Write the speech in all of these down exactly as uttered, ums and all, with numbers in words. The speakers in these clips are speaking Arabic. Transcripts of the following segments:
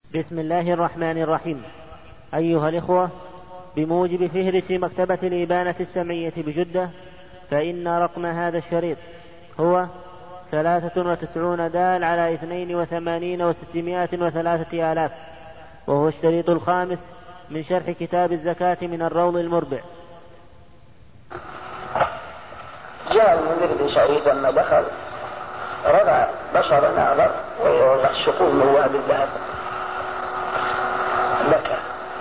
بسم الله الرحمن الرحيم. أيها الإخوة، بموجب فهرس مكتبة الإبانة السمعية بجدة، فإن رقم هذا الشريط هو ثلاثة وتسعون دال على اثنين وثمانين وستمائة وثلاثة آلاف، وهو الشريط الخامس من شرح كتاب الزكاة من الروض المربع. جاء المنذر بن سعيد لما دخل رضع بشر ناظر ويشقون مواه بالذهب، بكى.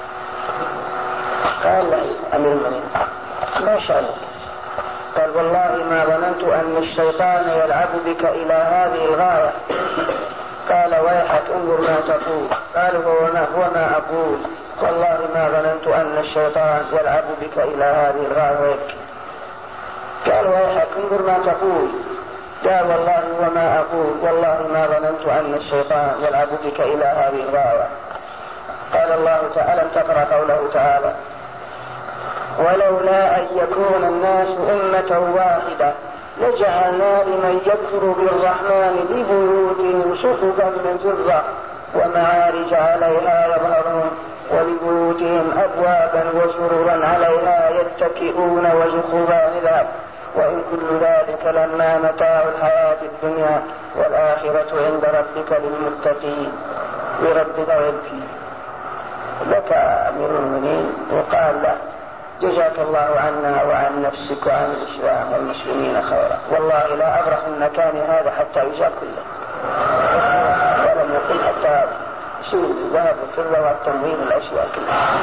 قال له أمير المؤمنين ما شأنك؟ قال والله ما ظننت أن الشيطان يلعب بك إلى هذه الغاية. قال ويحك انظر ما تقول. قال وما هو ما أقول؟ والله ما ظننت أن الشيطان يلعب بك إلى هذه الغاية. قال ويحك انظر ما تقول. قال والله وما أقول؟ والله ما ظننت أن الشيطان يلعب بك إلى هذه الغاية. قال الله تعالى تقرأ قوله تعالى ولولا أن يكون الناس أمة واحدة لجعلنا لمن يكفر بالرحمن لبيوتهم سقفا من فضة ومعارج عليها يظهرون ولبيوتهم أبوابا وسررا عليها يتكئون وزخرفا ذهب وإن كل ذلك لما متاع الحياة الدنيا والآخرة عند ربك للمتقين. لربك يبكي. بكى أمير المؤمنين وقال له جزاك الله عنا وعن نفسك وعن الإسلام والمسلمين خيرا، والله لا أبرح من مكاني هذا حتى يجاء كله. ولم يقل حتى يصير الذهب والفضة والتموين والأشياء كلها.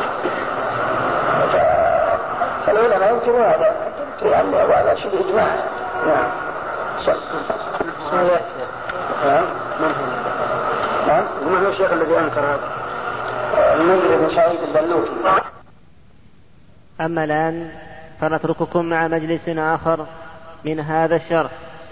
فالعلماء يمكن هذا يعني وهذا شيء إجماع. نعم. نعم. نعم. ومن هو الشيخ الذي أنكر هذا؟ المنذر بن سعيد البلوكي. أما الآن فنترككم مع مجلس آخر من هذا الشرح.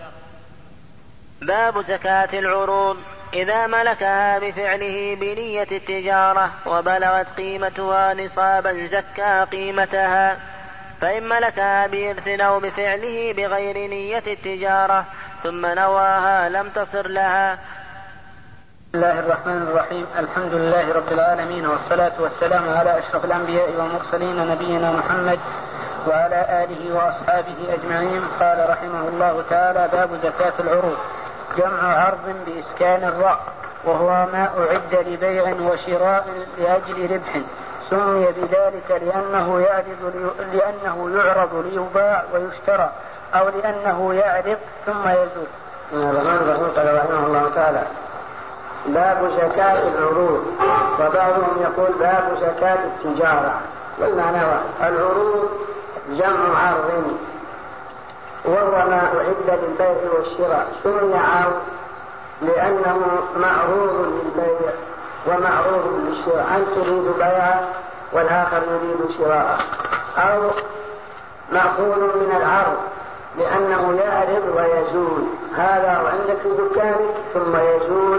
باب زكاة العروض. إذا ملكها بفعله بنية التجارة وبلغت قيمتها نصابا زكى قيمتها، فإن ملكها بإرث أو بفعله بغير نية التجارة ثم نواها لم تصر لها. بسم الله الرحمن الرحيم. الحمد لله رب العالمين والصلاة والسلام على أشرف الأنبياء والمرسلين نبينا محمد وعلى آله وأصحابه أجمعين. قال رحمه الله تعالى باب زكاة العروض. جمع عرض بإسكان الراء، وهو ما أعد لبيع وشراء لأجل ربح، سمي بذلك لأنه يعرض لأنه يعرض ليباع ويشترى أو لأنه يعرض ثم يزول. قال رحمه الله تعالى باب زكاة العروض، وبعضهم يقول باب زكاة التجارة، والمعنى العروض جمع عرض وهو ما أعد للبيع والشراء، سمي عرض لأنه معروض للبيع ومعروض للشراء، أن تريد بيعه والآخر يريد شراءه، أو مأخوذ من العرض لأنه يعرض ويزول، هذا عندك في دكانك ثم يزول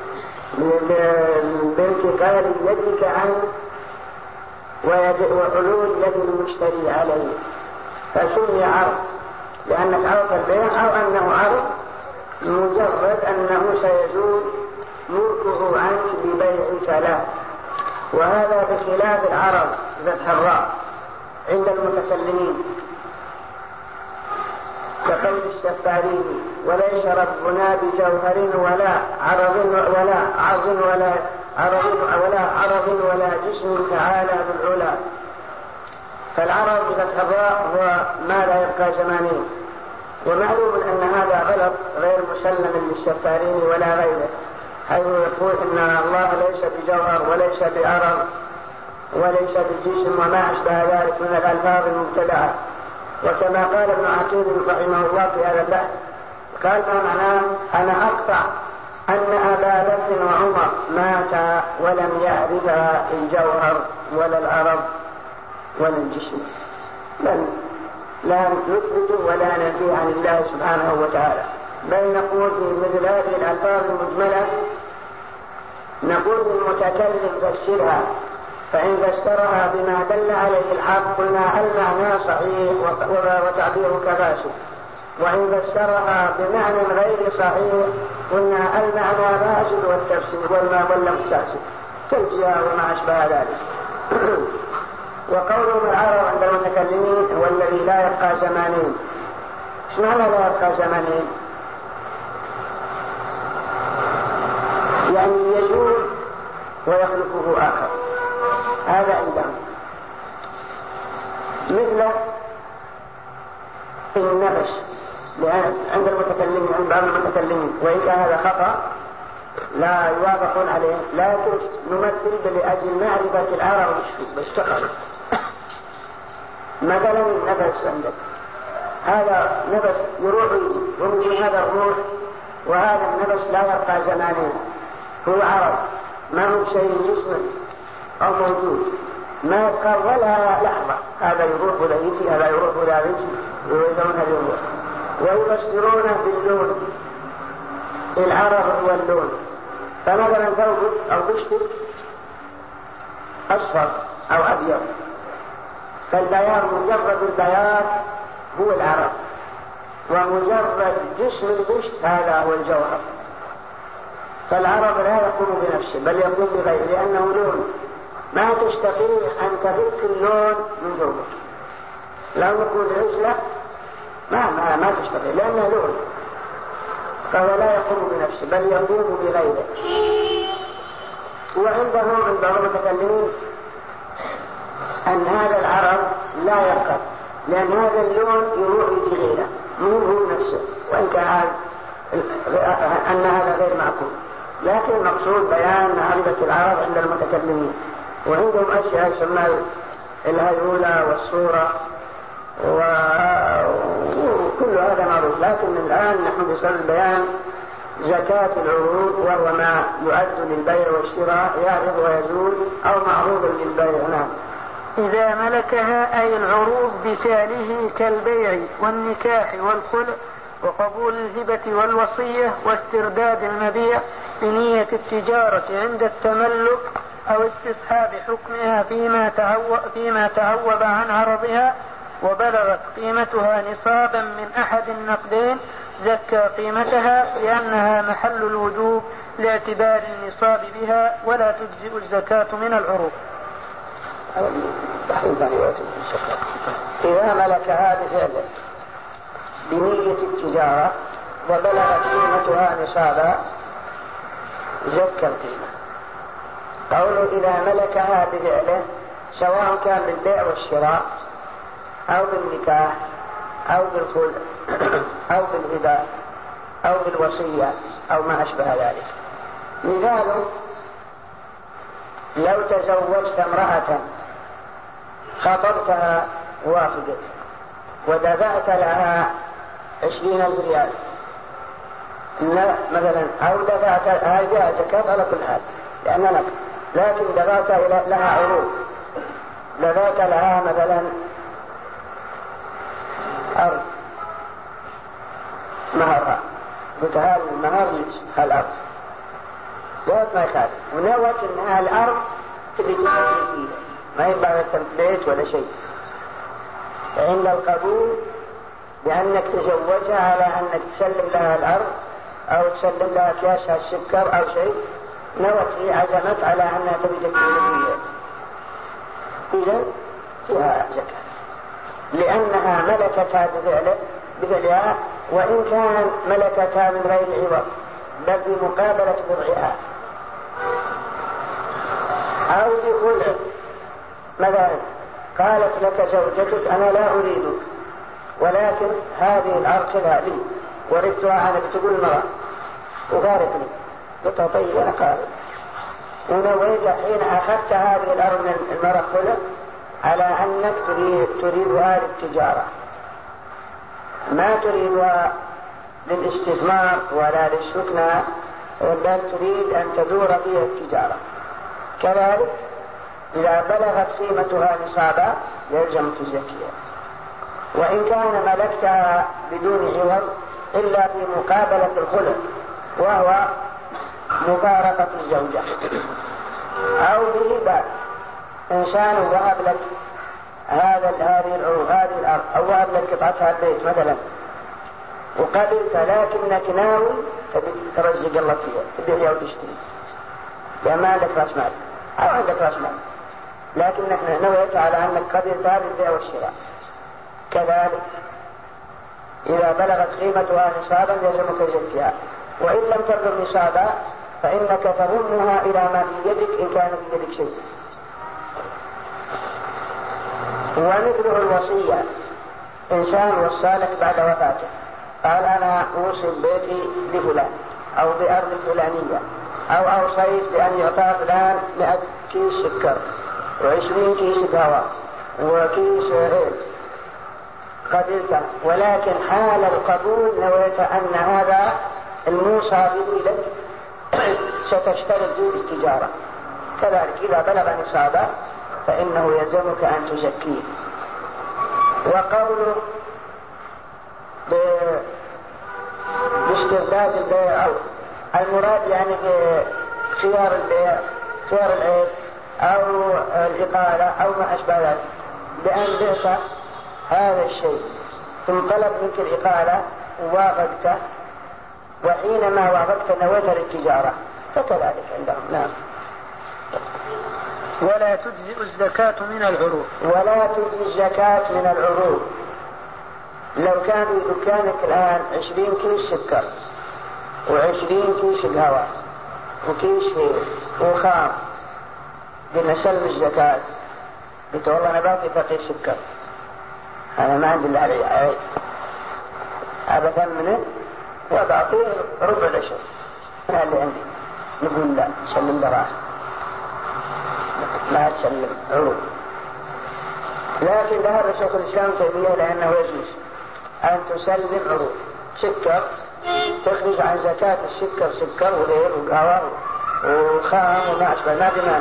بانتقال يدك عنه وحلول يد المشتري عليه، فسمي عرض لأنك عرض البيع أو أنه عرض مجرد أنه سيزول ملكه عنك ببيعك له. وهذا بخلاف العرض فتح الراء عند المتكلمين كقول الشفاري وليس ربنا بجوهر ولا عرض ولا عرض ولا عرض ولا عرض ولا جسم تعالى بالعلا. فالعرض بفتح الراء هو ما لا يبقى زمانيا، ومعلوم أن هذا غلط غير مسلم للشفاري ولا غيره، حيث يقول إن الله ليس بجوهر وليس بعرض وليس بجسم وما أشبه ذلك من الألفاظ المبتدعة. وكما قال ابن عقيل رحمه الله في هذا البحث قال ما معناه أنا أقطع أن أبا بكر وعمر ماتا ولم يعرفها الجوهر ولا العرض ولا الجسم، بل لا نثبت ولا ننفي عن الله سبحانه وتعالى، بل نقول في مثل هذه الألفاظ المجملة نقول للمتكلم فسرها، فإن فسرها بما دل عليه الحق قلنا المعنى صحيح وتعبيرك فاسد، وإن فسرها بمعنى غير صحيح قلنا المعنى فاسد والتفسير والما ضل مستفسد. كالجياع وما أشبه ذلك. وقولهم العرب عند المتكلمين هو الذي لا يبقى زمانين. ايش معنى لا يبقى زمانين؟ يعني يزول ويخلفه آخر، هذا عندهم. مثل النفس عند المتكلمين، عند بعض المتكلمين، وإن كان هذا خطأ لا يوافقون عليه، لكن نمثل لأجل معرفة العرب بالشقر. مثلا النفس عندك، هذا نفس يروح ويجي، هذا الروح، وهذا النفس لا يبقى زمانين، هو عرب، ما هو شيء جسم أو موجود، ما يبقى ولا لحظة، هذا يروح ولا يجي، هذا يروح ولا يجي، ويزون اليوم. ويفسرون باللون، العرب هو اللون، فمثلا ثوب أو بشتك أصفر أو أبيض، فالبياض مجرد البياض هو العرب، ومجرد جسم البشت هذا هو الجوهر. فالعرب لا يقوم بنفسه بل يقوم بغيره، لأنه لون، ما تستطيع أن تفك اللون من جوهر. لو نقول عجلة ما ما ما تستطيع لأنه لون، فهو لا يقوم بنفسه بل يقوم بغيره. وعندهم عند بعض المتكلمين أن هذا العرب لا يبقى، لأن هذا اللون يروح يجي غيره، مو هو نفسه، وإن كان أن هذا غير معقول، لكن المقصود بيان معرفة العرب عند المتكلمين. وعندهم أشياء يسمى الهيولة والصورة وكل هذا معروف، لكن الآن نحن بصدد بيان زكاة العروض، وهو ما يعد للبيع والشراء يعرض ويزول أو معروض للبيع. نعم. إذا ملكها أي العروض بفعله كالبيع والنكاح والخلع وقبول الهبة والوصية واسترداد المبيع بنية التجارة عند التملك أو استصحاب حكمها فيما تعوب, فيما تعوب عن عرضها، وبلغت قيمتها نصابا من أحد النقدين زكى قيمتها لأنها محل الوجوب لاعتبار النصاب بها، ولا تجزئ الزكاة من العروض. إذا ملكها بفعله بنية التجارة وبلغت قيمتها نصابا زكى القيمة. قوله إذا ملكها بفعله سواء كان بالبيع والشراء أو بالنكاح أو بالخلع أو بالهبة أو بالوصية أو ما أشبه ذلك. مثال: لو تزوجت امرأة خطبتها وافقت ودفعت لها عشرين ألف ريال مثلا، أو دفعت هذه زكاة على كل حال لأن نقد، لكن دفعت لها عروض، دفعت لها مثلا أرض مهرها، قلت هذا المهر الأرض زوج ما يخالف، ونوت أنها الأرض تبي تسوي فيها، ما يبقى تمثيل ولا شيء. عند القبول بأنك تزوجها على أنك تسلم لها الأرض أو تسلم لها كاسها السكر أو شيء، نوت هي عزمت على أنها تبي تسوي فيها، إذا فيها زكاة لأنها ملكتها بفعله بفعلها، وإن كان ملكتها من غير عوض بل بمقابلة وضعها أو بخلع. مثلا قالت لك زوجتك أنا لا أريدك ولكن هذه الأرض خذها لي وردتها عنك، تقول المرأة وغارتني، قلت طيب أنا قارب، ونويت حين أخذت هذه الأرض من المرأة خلع على أنك تريد تريدها للتجارة، ما تريدها للاستثمار ولا للسكنى، بل تريد أن تدور فيها التجارة. كذلك إذا بلغت قيمتها نصابا يلزم تزكيها، وإن كان ملكتها بدون عوض إلا في مقابلة الخلع وهو مفارقة الزوجة، أو بهبة، إنسان وهب لك هذا هذه العروض هذه الأرض أو وهب لك قطعتها البيت مثلا وقبلت، لكنك ناوي ترزق الله فيها تبيع وتشتري لأن ما عندك رأس مال، أو عندك رأس مال، لكنك نويت على أنك قد ينتهي البيع والشراء. كذلك إذا بلغت قيمتها نصابا يلزمك زكاها، وإن لم تبلغ نصابا فإنك تضمها إلى ما في يدك إن كان في يدك شيء. ومثله الوصية، إنسان وصالك بعد وفاته قال أنا أوصي بيتي لفلان أو بأرض فلانية، أو أوصيت بأن يعطى فلان مئة كيس سكر وعشرين كيس هواء وكيس عيد قبلته، ولكن حال القبول نويت أن هذا الموصى به لك ستشتغل فيه بالتجارة. كذلك إذا بلغ نصابا فإنه يلزمك أن تزكيه. وقوله باسترداد البيع أو المراد يعني بخيار البيع خيار العيب أو الإقالة أو ما أشبه ذلك، بأن بعت هذا الشيء ثم طلب منك الإقالة ووافقته، وحينما وافقت نويت للتجارة فكذلك عندهم. نعم. ولا تجزئ الزكاة من العروض. ولا تجزئ الزكاة من العروض. لو كان في دكانك الآن عشرين كيس سكر وعشرين كيس هواء وكيس هيل وخام، قلنا سلم الزكاة، قلت والله أنا باقي فقير سكر، أنا ما عندي إلا علي عيب، أبى ثمنه وبعطيه ربع العشر أنا اللي عندي. نقول لا، سلم دراهم ما تسلم عروض. لكن ذهب شيخ الإسلام تيمية لأنه يجوز أن تسلم عروض. سكر تخرج عن زكاة السكر سكر وليل وقهوة وخام وما أشبه ما بمانع.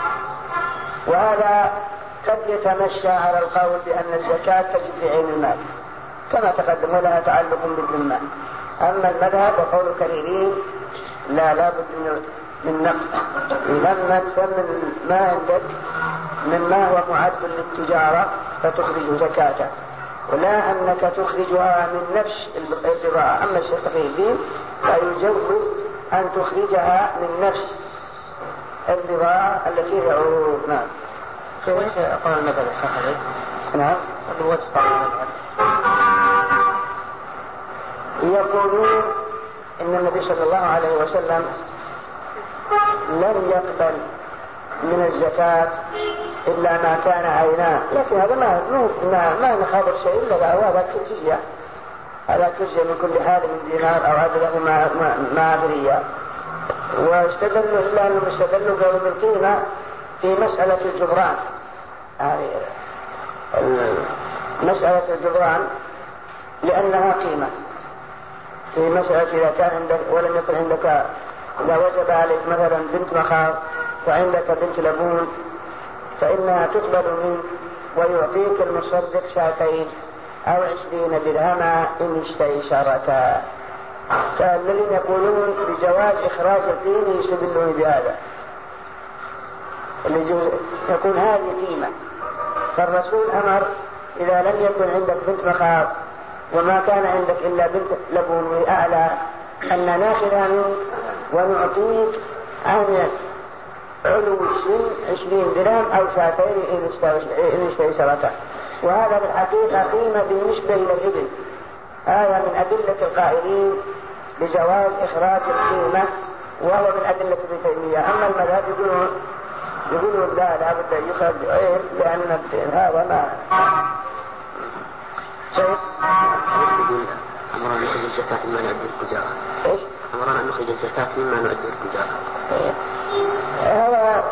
وهذا قد يتمشى على القول بأن الزكاة تجب بعين المال كما تقدم ولها تعلق بالذمة. أما المذهب وقول الكثيرين لا لابد من نقد، لما تثمن ما عندك مما هو معد للتجارة فتخرج زكاته، ولا أنك تخرجها من نفس البضاعة. أما الشيخ تقي الدين فيجوز أن تخرجها من نفس البضاعة التي هي عروض. نعم. وش أقول المذهب الصحيح؟ نعم. الوجه المذهب يقولون إن النبي صلى الله عليه وسلم لم يقبل من الزكاة إلا ما كان عيناه، لكن هذا ما ما ما نخابر شيء إلا هذا كجزية، هذا كجزية من كل حال من دينار أو عدله ما ما أدري. واستدلوا إلا أنهم استدلوا قالوا بالقيمة في مسألة الجبران، هذه مسألة الجبران لأنها قيمة في مسألة إذا كان عندك ولم يكن عندك، إذا وجب عليك مثلا بنت مخاض وعندك بنت لبون فإنها تقبل منك ويعطيك المصدق شاتين أو عشرين درهما إن استيسرتا. فالذين يقولون بجواز إخراج القيمة يستدلون بهذا، اللي يقول هذه قيمة. فالرسول أمر إذا لم يكن عندك بنت مخاض وما كان عندك إلا بنت لبون أعلى أن ناخذها منك ونعطيك عن علو السن عشرين درهم أو شاتين إن استيسرتا. وهذا بالحقيقة قيمة بالنسبة إلى الإبل. هذا من أدلة القائلين بجواز إخراج القيمة وهو من أدلة ابن تيمية. أما المذهب يقولون يقولون لا لا بد أن يخرج غير لأن هذا ما أمرنا أن نخرج الزكاة مما نؤدي التجارة. إيش؟ أمرنا أن نخرج الزكاة مما نؤدي التجارة. هذا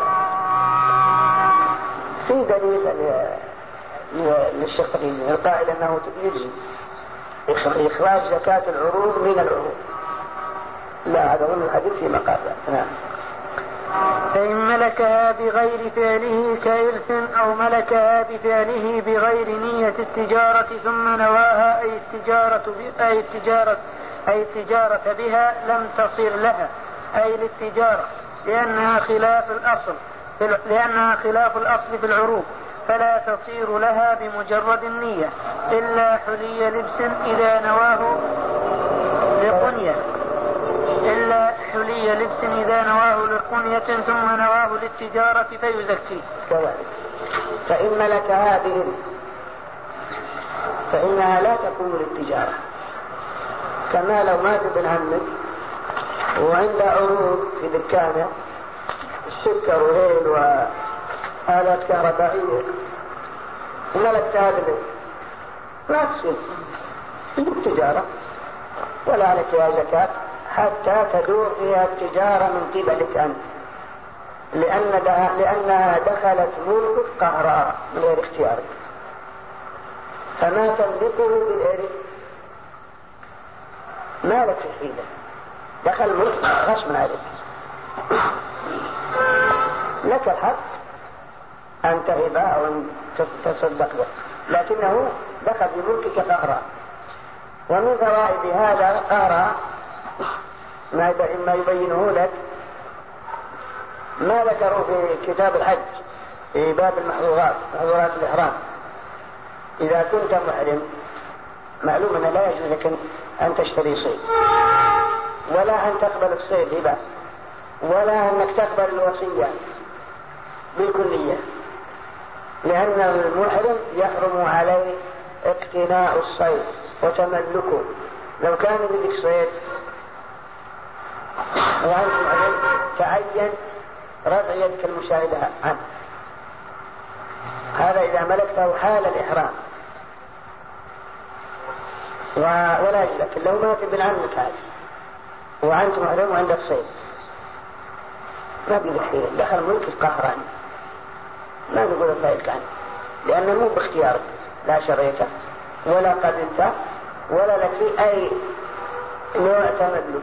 في دليل للشيخ تقي القائل أنه يجب إخراج زكاة العروض من العروض. لا هذا من الحديث في مقابل. نعم. فإن ملكها بغير فعله كإرث أو ملكها بفعله بغير نية التجارة ثم نواها أي التجارة أي التجارة أي التجارة بها لم تصير لها أي للتجارة لأنها خلاف الأصل لأنها خلاف الأصل في العروض فلا تصير لها بمجرد النية إلا حلي لبس إذا نواه لقنية إلا حلي لبس إذا نواه للقنية ثم نواه للتجارة فيزكي. كذلك. فإن ملك هذه فإنها لا تكون للتجارة، كما لو مات ابن عمك وعنده عروض في دكانه السكر وهيل وآلات كهربائية وملك هذه لا تصير التجارة ولا عليك يا زكاة حتى تدور فيها التجارة من قبلك أنت، لأن لأنها دخلت ملكك قهرا من غير اختيارك، فما تملكه بالإرث مالك في حيلة، دخل ملك غصب عليك، لك الحق أن تهبه أو أن تصدق به، لكنه دخل بملكك قهرا. ومن فوائد هذا قهرا ما يبينه لك ما ذكروا في كتاب الحج في باب المحظورات، محظورات الإحرام. إذا كنت محرم معلوم أن لا يجوز لك أن تشتري صيد، ولا أن تقبل الصيد هبة، ولا أنك تقبل الوصية بالكلية، لأن المحرم يحرم عليه اقتناء الصيد وتملكه. لو كان بدك صيد وأنت محرم تعين رفع يدك المشاهدة عنه، هذا إذا ملكته حال الإحرام. ولا يجوز لك لو مات ابن عمك هذا وأنت محرم وعندك صيد ما بيدك دخل ملكك قهرا، ما نقول فايدك عنه، لأنه مو باختيارك، لا شريته ولا قبلته ولا لك فيه أي نوع تملك،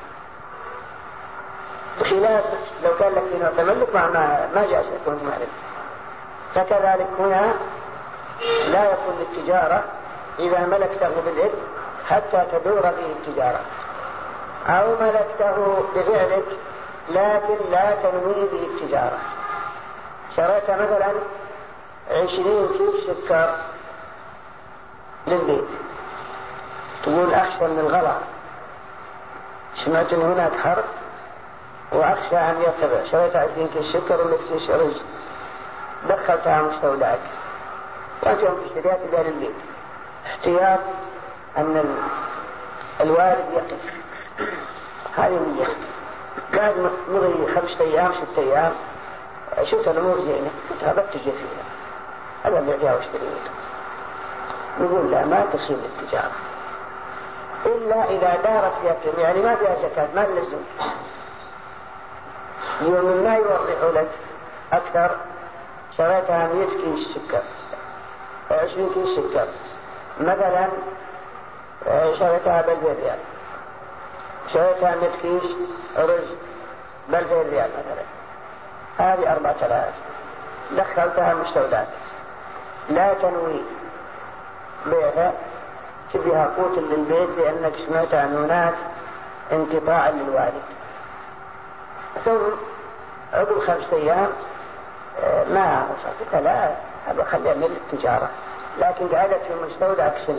بخلاف لو كان لك فيه نوع تملك ما, ما, ما جاء سيكون محرم. فكذلك هنا لا يكون للتجارة إذا ملكته بالإذن حتى تدور به التجارة، أو ملكته بفعلك لكن لا تنوي به التجارة. شريت مثلا عشرين كيس سكر للبيت، تقول أخشى من الغلا، سمعت أن هناك حرب وأخشى أن يرتفع، شريت عشرين كيس سكر ولا كيس رز، دخلتها مستودعك وأنت يوم تشتريها تبيع للبيت، احتياط أن الوالد يقف. هذه نية بعد مضي خمسة أيام ستة أيام شفت الأمور زينة تهبت تجي فيها هذا بيعها واشتريها، نقول لا ما تصير التجارة إلا إذا دارت فيها، يعني ما فيها زكاة ما لازم. يوم ما يوضح لك أكثر شريتها مئة كيس سكر عشرين كيس سكر مثلا، شريتها بألفين ريال، شريتها مئة كيس رز بألفين ريال مثلا، هذه أربعة آلاف، دخلتها مستودعات لا تنوي بيعها، تبيها قوت للبيت لأنك سمعت عن هناك انقطاعا للوالد، ثم عقب خمسة أيام ما وصلت لا هذا خليها من التجارة، لكن قعدت في مستودعك سنة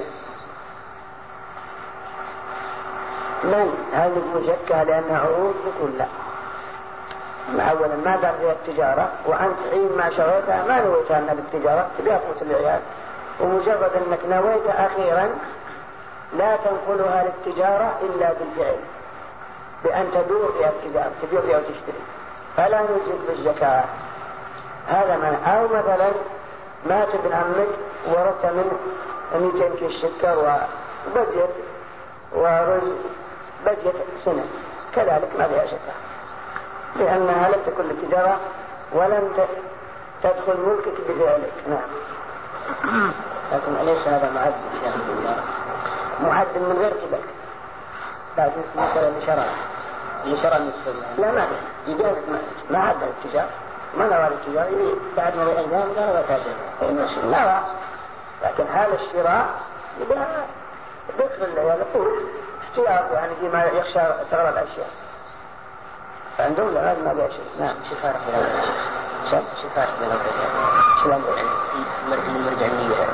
من هل مزكى لأنها عروض؟ نقول لا، أولا ما دار فيها التجارة، وأنت حين ما شريتها ما نويتها أنها بالتجارة تبيها قوت العيال، ومجرد أنك نويتها أخيرا لا تنقلها للتجارة إلا بالفعل بأن تدور فيها التجارة تبيع فيها وتشتري، فلا نوجد بالزكاة. هذا من أو مثلا مات ابن عمك ورثت منه مئتين كيس سكر وبجت ورز بجت سنة، كذلك ما فيها زكاة لأنها لم تكن للتجارة ولم تدخل ملكك بفعلك. نعم. لكن أليس هذا معد معد من غير قبل؟ لا مثلا اللي شرع اللي شرع من لا ما يبيع ما عد التجارة، ما نوى التجارة بعد ما الأيام لا نوى تاجر لا، لكن حال الشراء يبيع بيدخل يقول احتياط يعني فيما يخشى ثغر الأشياء، فعندهم لا ما بيع شيء. نعم. شفارة بلا وجه شفارة بلا وجه شلون من مرجعية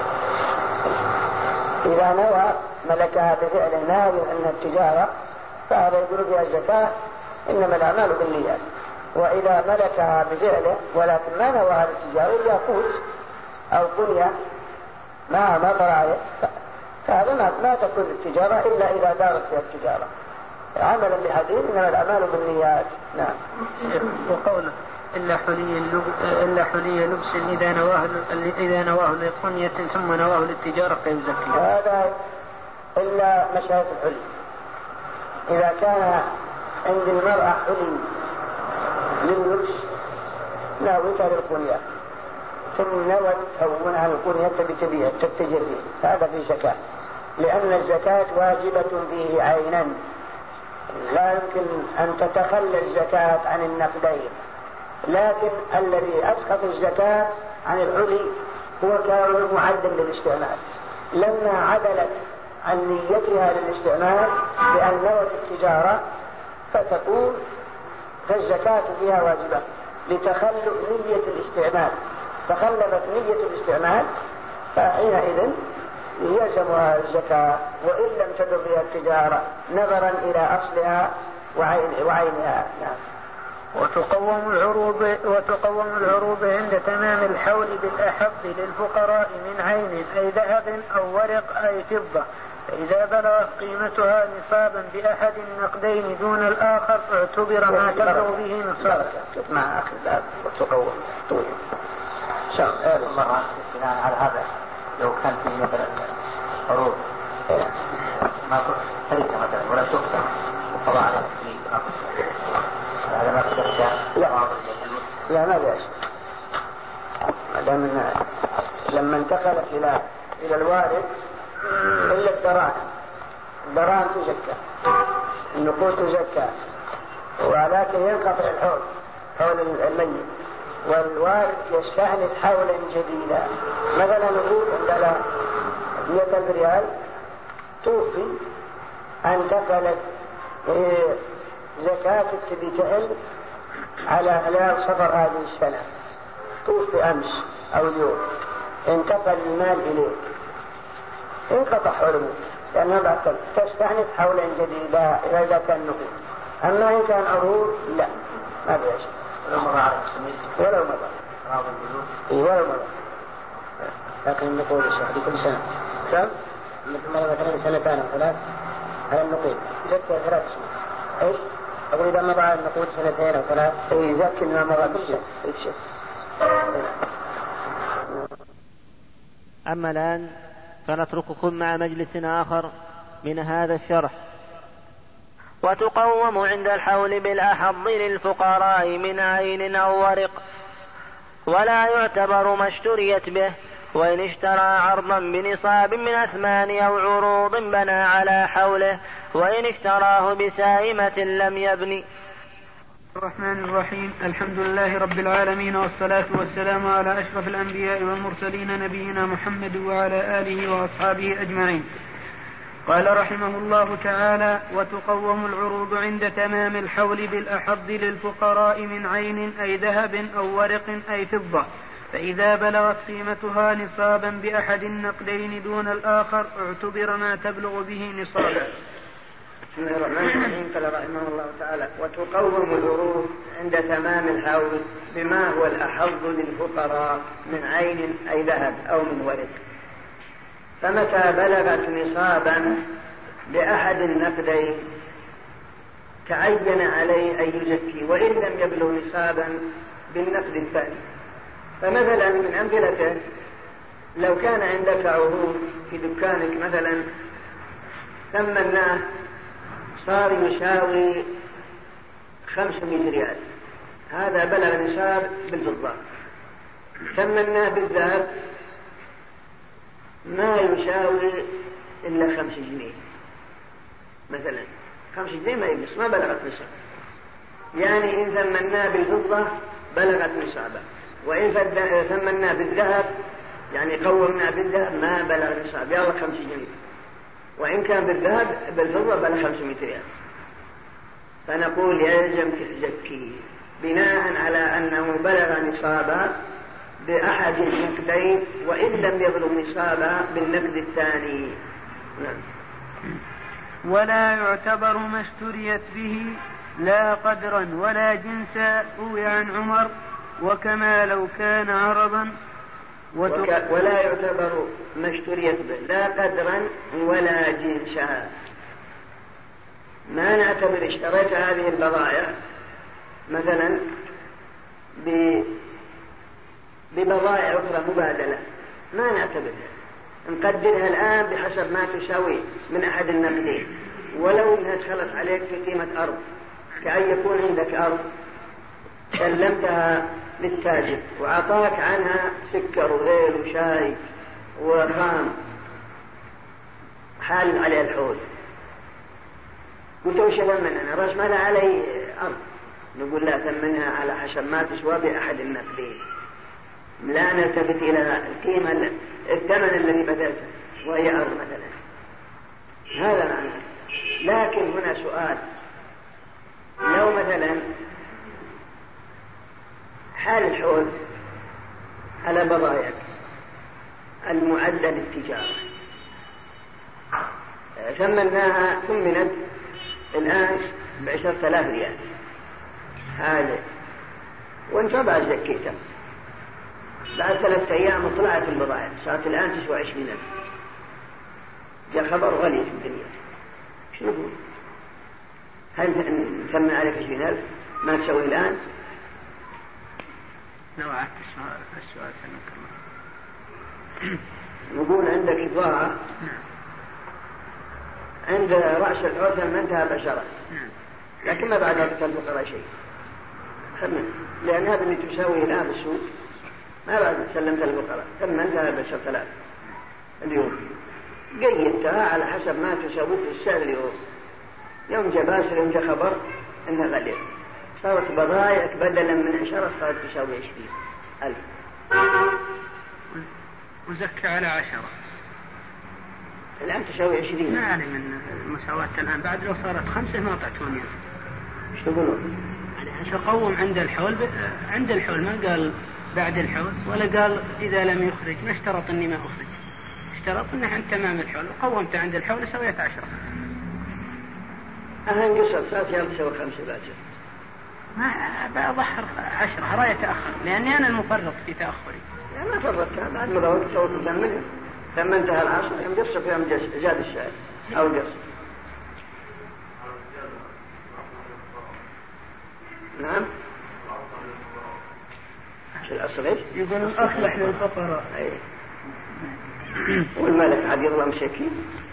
إذا نوى ملكها بفعل ناوي أن التجارة فهذا يقول فيها الزكاة إنما الأعمال بالنيات. وإذا ملكها بفعله ولكن ما نواها للتجارة إلا قوت أو قنية ما ما طلع فهذا ما, ما تكون التجارة إلا إذا دارت فيها التجارة عملا لحديث إنما الأعمال بالنيات. نعم. وقوله إلا حلي إلا حلي لبس إذا نواه إذا نواه لقنية ثم نواه للتجارة فيزكي. هذا إلا مشاهد الحلي. إذا كان عند المرأة حلي لللبس ناويتها للقنية ثم نوت تهونها القنية بتبيع تتجر فيه هذا في زكاة، لأن الزكاة واجبة فيه عينا لا يمكن أن تتخلى الزكاة عن النقدين. لكن الذي أسقط الزكاة عن الحلي هو كان معدا للاستعمال، لما عدلت عن نيتها للاستعمال بأن نوت التجارة فتكون فالزكاة فيها واجبة لتخلف نية الاستعمال، تخلفت نية الاستعمال فحينئذ يلزمها الزكاة وإن لم تدر بها التجارة نظرا إلى أصلها وعين وعينها. نعم. وتقوم العروض وتقوم العروض عند تمام الحول بالأحق للفقراء من عين أي ذهب أو ورق أي فضة، فإذا بلغت قيمتها نصابا بأحد النقدين دون الآخر اعتبر ما تبلغ به نصابا. مع أخذ الباب وتقوم طول شرط الله بناء على هذا لو كان في مثلا عروض ما تريد مثلا ولا تقسم وقضاء على التسليم هذا ما تقدر. لا لا ما بيش دام لما انتقلت إلى إلى الوارث إلا الدراهم الدراهم تزكى النقود تزكى ولكن ينقطع الحول حول الميت والوارث يستأنف حولا جديدا. مثلا نقول عندنا مئة ألف ريال توفي انتقلت زكاة تبي تعل على هلال صفر هذه السنة توفي أمس أو اليوم انتقل المال إليه انقطع حوله لأنه بعد تستأنف حولا جديدا إذا كان نقود. أما إن كان عروض لا ما بيش ولو مضى على السميد ولو مضى ولو مضى لكن النقود في كل سنة كم؟ مثلا سنتين أو ثلاث على النقود زكى ثلاث سنين. إيش؟ أقول إذا مضى على النقود سنتين أو ثلاث إيه زكى ما مضى كل شيء. أما الآن فنترككم مع مجلس آخر من هذا الشرح. وتقوم عند الحول بالأحض للفقراء من عين أو ورق ولا يعتبر ما اشتريت به، وإن اشترى عرضا بنصاب من أثمان أو عروض بنى على حوله، وإن اشتراه بسائمة لم يبني. الرحمن الرحيم. الحمد لله رب العالمين والصلاة والسلام على أشرف الأنبياء والمرسلين نبينا محمد وعلى آله وأصحابه أجمعين. قال رحمه الله تعالى: وتقوم العروض عند تمام الحول بالأحض للفقراء من عين أي ذهب أو ورق أي فضة، فإذا بلغت قيمتها نصابا بأحد النقدين دون الآخر اعتبر ما تبلغ به نصابا. بسم الله الرحمن الرحيم. قال رحمه الله تعالى: وتقوم العروض عند تمام الحول بما هو الأحظ للفقراء من عين أي ذهب أو من ورق، فمتى بلغت نصابا بأحد النقدين تعين عليه أن يزكي وإن لم يبلغ نصابا بالنقد الثاني. فمثلا من أمثلته لو كان عندك عروض في دكانك مثلا ثمناه صار يساوي خمسمائة ريال، هذا بلغ نصاب بالفضة. ثمناه بالذهب ما يساوي إلا خمس جنيه مثلا، خمس جنيه ما يبلغ ما بلغت نصاب. يعني إن ثمناه بالفضة بلغت نصابا، وإن ثمناه بالذهب يعني قومنا بالذهب ما بلغ نصاب يلا خمس جنيه، وإن كان بالذهب بالفضة بلغ خمسمائة ريال. فنقول يلزمك تزكي بناء على أنه بلغ نصابا بأحد النقدين وإن لم يبلغ نصابا بالنقد الثاني. ولا يعتبر ما اشتريت به لا قدرا ولا جنسا روي عن عمر وكما لو كان عرضا وك... ولا يعتبر ما اشتريت به لا قدرا ولا جنسا. ما نعتبر اشتريت هذه البضائع مثلا ب... ببضائع أخرى مبادلة، ما نعتبرها، نقدرها الآن بحسب ما تساوي من أحد النقدين، ولو أنها دخلت عليك في قيمة أرض، كأن يكون عندك أرض سلمتها للتاجر وأعطاك عنها سكر وغير وشاي وخام حال عليه الحول، قلت وش ثمنها؟ رأس مال علي أرض، نقول لا ثمنها على حسب ما تسوى بأحد النقدين، لا نلتفت إلى القيمة الثمن الذي بذلته وهي أرض مثلا. هذا معناه. لكن هنا سؤال، لو مثلا حال الحول على بضائعك المعدة للتجارة ثمناها ثمنت الآن بعشرة آلاف ريال هذا، وانت بعد زكيتها بعد ثلاثة أيام طلعت البضائع صارت الآن تسوى عشرين ألف، جاء خبر غلي في الدنيا، شو نقول؟ هل نثمن عليك عشرين ألف ما تسوي الآن؟ نوعات السؤال سنكمل. نقول عندك إضاءة عند رأس الحوث ثمنتها بشرة، لكن ما بعد ذلك الفقراء شيء، لأن هذا اللي تساوي الآن بالسوق ما بعد سلمت الفقراء ثمنتها بشرة ثلاث اليوم، قيدتها على حسب ما تساوي في السعر اليوم، يوم جاء باشر يوم جاء خبر إنها غالية، صارت بضائعك بدلا من عشرة صارت تساوي عشرين ألف وزكى على عشرة، الآن تساوي عشرين. ما يعني من المساواة الآن، بعد لو صارت خمسة ما تعطوني. ايش تقولون؟ يعني عشان قوم عند الحول ب... عند الحول ما قال بعد الحول ولا قال إذا لم يخرج، ما اشترط إني ما أخرج، اشترط إنه عند تمام الحول وقومت عند الحول سويت عشرة. أهن قصر صارت يوم تسوي خمسة باجر. ما بأظهر عشرة رأي تأخر لأني أنا المفرط في تأخري. لا ما فرطتها، بعد ما ضوءت سويت ثمنها ثمنتها العشر يوم قصر في يوم زاد الشاي أو قصر. نعم. شو الأصل إيش؟ يقول أصلح للفقراء. أيه. والملك عاد يظلم مساكين.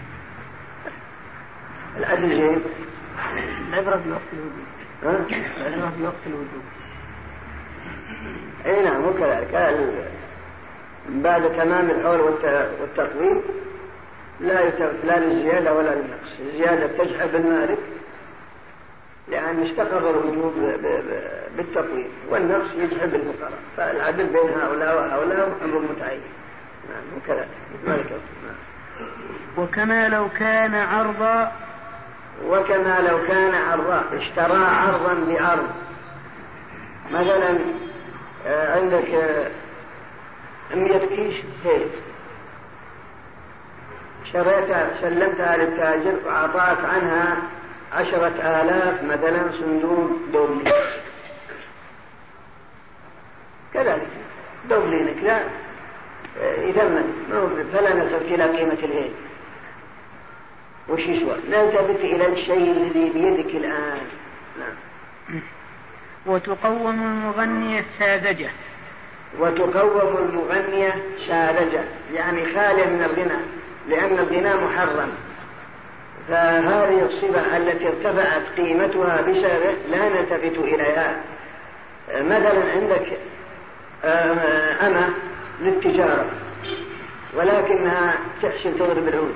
العدل زين. العبرة بوقت الوجود. ها؟ العبرة بوقت الوجود. أي نعم مو كذلك. بعد تمام الحول والتقويم لا يترك لا للزيادة ولا للنقص، الزيادة تجحب المالك لأن استقر الوجوب بالتقويم، والنقص يجحب الفقراء، فالعدل بين هؤلاء وهؤلاء أمر متعين. نعم وكذا مالك. وكما لو كان عرضا وكما لو كان عرضا اشترى عرضا بعرض، مثلا عندك مئة كيش هيل شريتها سلمتها للتاجر وأعطاك عنها عشرة آلاف مثلا صندوق دولي، كذلك دولينك لا يثمن فلا نلتفت إلى قيمة الهيل وش يسوى، نلتفت إلى الشيء الذي بيدك الآن. نعم. وتقوم المغنية الساذجة. وتقوم المغنية ساذجة يعني خالية من الغنى، لأن الغنى محرم، فهذه الصفة التي ارتفعت قيمتها بسببه لا نلتفت إليها. مثلا عندك أمة للتجارة ولكنها تحسن تضرب العود،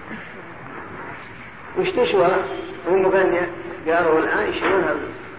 وش تسوى المغنية؟ قالوا الآن يشترونها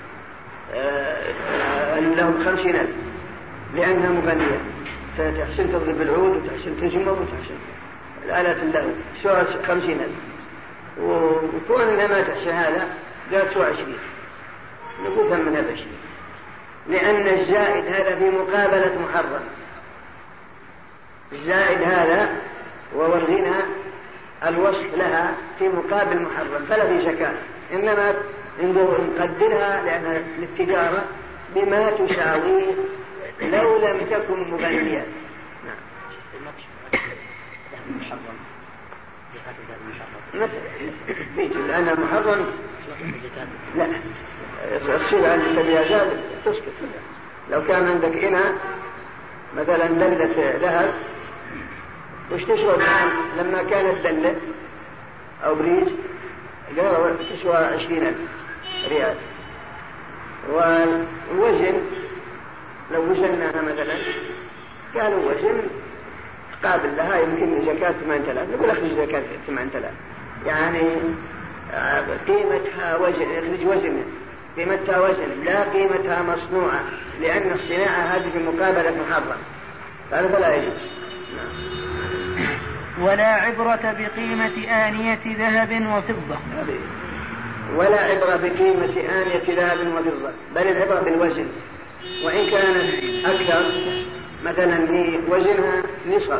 لهم خمسين ألف لأنها مغنية تحسن تضرب العود وتحسن تجمر وتحسن الآلات اللهو، سوى خمسين ألف، وكون إنها ما تحسن هذا قال سوى عشرين، نقول ثمنها بعشرين، لأن الزائد هذا في مقابلة محرم، الزائد هذا وهو الغنى الوصف لها في مقابل محرم فلا في زكاة، إنما نقدرها لأنها للتجارة بما تساويه لو لم تكن مغنية. لأن المحرم لا الصلة الذي يزال تسقط. لو كان عندك إناء مثلا دلة ذهب وش تسوى لما كانت دلة أو بريج قالوا تسوى عشرين ألف ريال، والوزن لو وزناها مثلا كانوا وزن قابل لها يمكن زكاة ثمانية آلاف، نقول أخرج زكاة ثمانية آلاف، يعني قيمتها وزن، اخرج وزن قيمتها وزن لا قيمتها مصنوعة، لأن الصناعة هذه في مقابلة محرم، هذا فلا يجوز. ولا عبرة بقيمة آنية ذهب وفضة. ولا عبرة بقيمة آنية ذهب وفضة، بل العبرة بالوزن، وإن كانت أكثر مثلا وزنها نصف.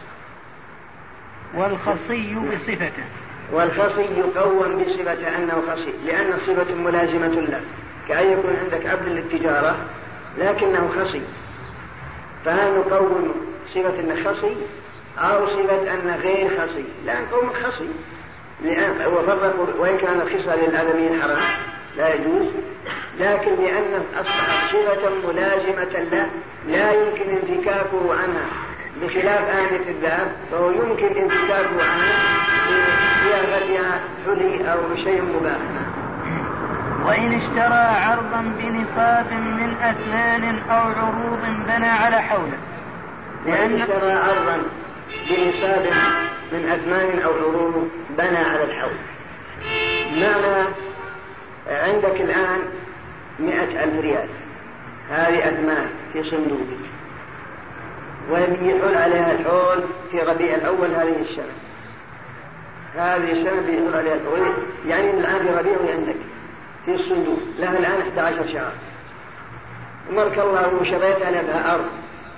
والخصي بصفته. والخصي يقوم بصفة أنه خصي، لأن صفة ملازمة له، كأن يكون عندك عبد للتجارة لكنه خصي، فهل نقوم صفة أنه خصي أو صفة أنه غير خصي؟ لا نقوم خصي، لأن وفرقوا وإن كان الخصال للآدمين حرام لا يجوز، لكن لأن أصبحت صفة ملازمة له لا يمكن انفكاكه عنها، بخلاف آنية الذهب فهو يمكن انفكاكه عنها بصياغتها حلي أو بشيء مباح. وإن اشترى عرضا بنصاب من أثمان أو عروض بنى على حوله. وإن اشترى عرضا بنصاب من أثمان أو عروض بنى على الحول، معنى عندك الآن مئة ألف ريال، هذه أثمان في صندوق ويحول عليها الحول في ربيع الأول هذه السنة، هذه السنة بيحول عليها الحول، يعني الآن في ربيع عندك في الصندوق لها الآن إحدى عشر شهر، مرك الله وشريت لها أرض،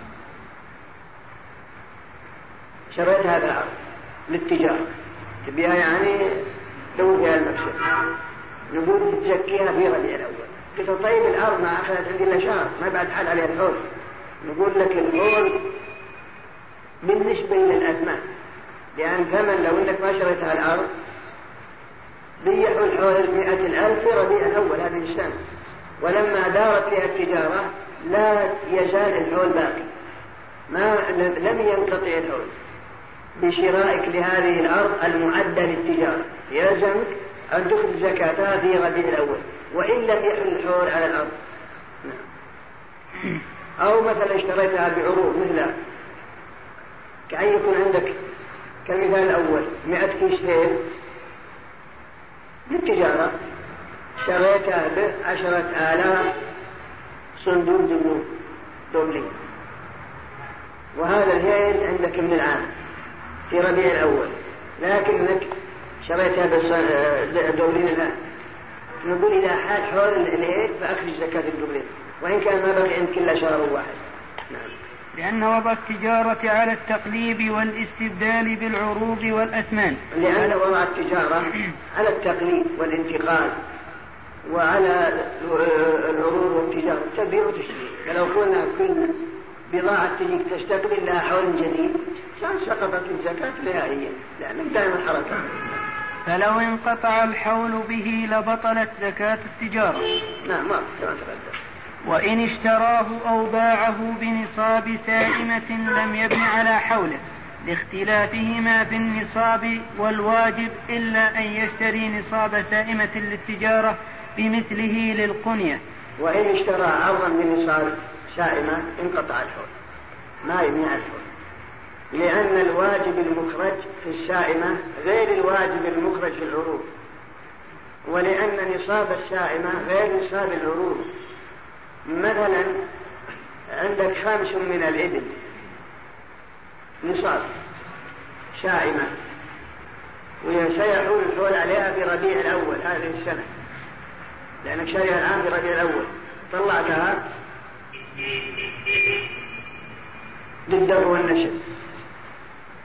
شريت هذا الأرض للتجارة تبيها يعني لو فيها المكسب، نقول تزكيها في ربيع الأول، قلت طيب الأرض ما أخذت عندي إلا شهر ما بعد حال عليها الحول، نقول لك الحول بالنسبة إلى الأثمان، لأن ثمن لو إنك ما شريتها الأرض بيحوا الحول مئة الألف في ربيع الأول هذه السنة، ولما دارت فيها التجارة لا يزال الحول باقي، ما لم ينقطع الحول بشرائك لهذه الأرض المعدة للتجارة، يلزمك أن تخرج زكاتها في ربيع الأول وإن لم يحل الحول على الأرض. أو مثلا اشتريتها بعروض مثل كأن يكون عندك كالمثال الأول مئة كيس هيل للتجارة شريتها بعشرة آلاف صندوق دوبلي، وهذا الهيل عندك من العام في ربيع الأول، لكنك شريتها بالدولين الآن، نقول إذا حال حول الهيل فأخرج زكاة الدولين وإن كان ما بقي عندك إلا شهر واحد. نعم. لأن وضع التجارة على التقليب والاستبدال بالعروض والأثمان، لأن وضع التجارة على التقليب والانتقال وعلى العروض والتجارة تبيع وتشتري، فلو قلنا كل بضاعة تجيك تستقبل لها حول جديد كان سقطت الزكاة نهائيا لأنه دائما حركة. فلو انقطع الحول به لبطلت زكاة التجارة. نعم ما كما تقدم. وإن اشتراه أو باعه بنصاب سائمة لم يبن على حوله لاختلافهما في النصاب والواجب، إلا أن يشتري نصاب سائمة للتجارة بمثله للقنية. وإن اشترى عرضا بنصاب سائمة انقطع الحول ما يبني على الحول، لأن الواجب المخرج في السائمة غير الواجب المخرج في العروض، ولأن نصاب السائمة غير نصاب العروض. مثلا عندك خمس من الإبل نصاب سائمة وسيحول الحول عليها في ربيع الأول هذه السنة، لأنك شاريها الآن في ربيع الأول، طلعتها للدر والنشر،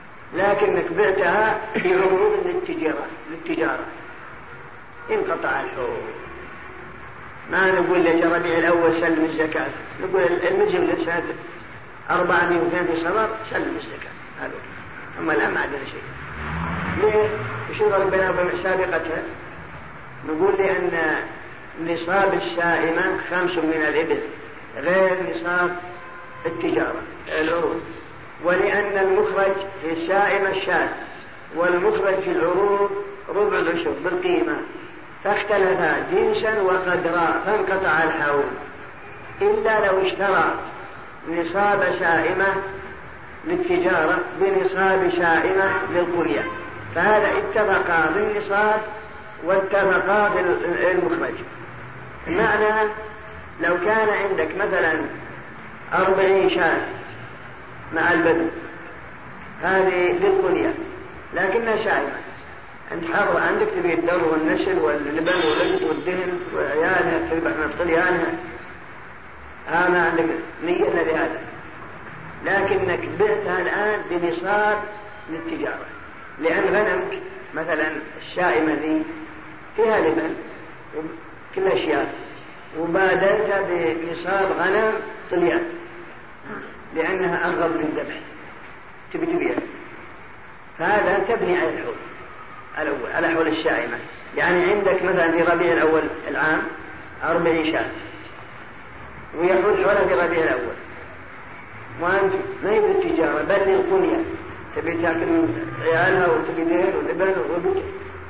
لكنك بعتها بعروض للتجارة للتجارة انقطع الحول. ما نقول لك ربيع الأول سلم الزكاة، نقول المجم لسنة أربعة وثلاثين في صبر سلم الزكاة هذا. أما الآن ما عندنا شيء. ليه؟ وشو ربنا سابقتها؟ نقول لأن نصاب الشائمة خمس من الإبل غير نصاب التجارة العروض، ولأن المخرج في الشائمة الشاة والمخرج في العروض ربع العشر بالقيمة، فاختلفا جنسا وقدرا فانقطع الحول، إلا لو اشترى نصاب شائمة للتجارة بنصاب شائمة للقرية، فهذا اتفقا بالنصاب واتفقا بالمخرج. المعنى لو كان عندك مثلا أربعين شاة مع البدو هذه للقرية لكنها شائمة، أنت حر عندك تبي الدر والنشل واللبن واللبن والدهن وعيالها تذبح من طليانها، ها ما عندك نية لهذا، لكنك بعتها الآن بنصاب للتجارة، لأن غنمك مثلا الشائمة ذي فيها لبن كل أشياء، وبادلتها بنصاب غنم طليان لأنها أرغب للذبح تبي تبيع، فهذا تبني على الحول الأول على حول الشائمة. يعني عندك مثلا في ربيع الأول العام أربعين شاة ويحول حولها في ربيع الأول، وأنت ما يبي التجارة بل للقنية، تبي تاكل من عيالها وتبي دين ولبن وبكر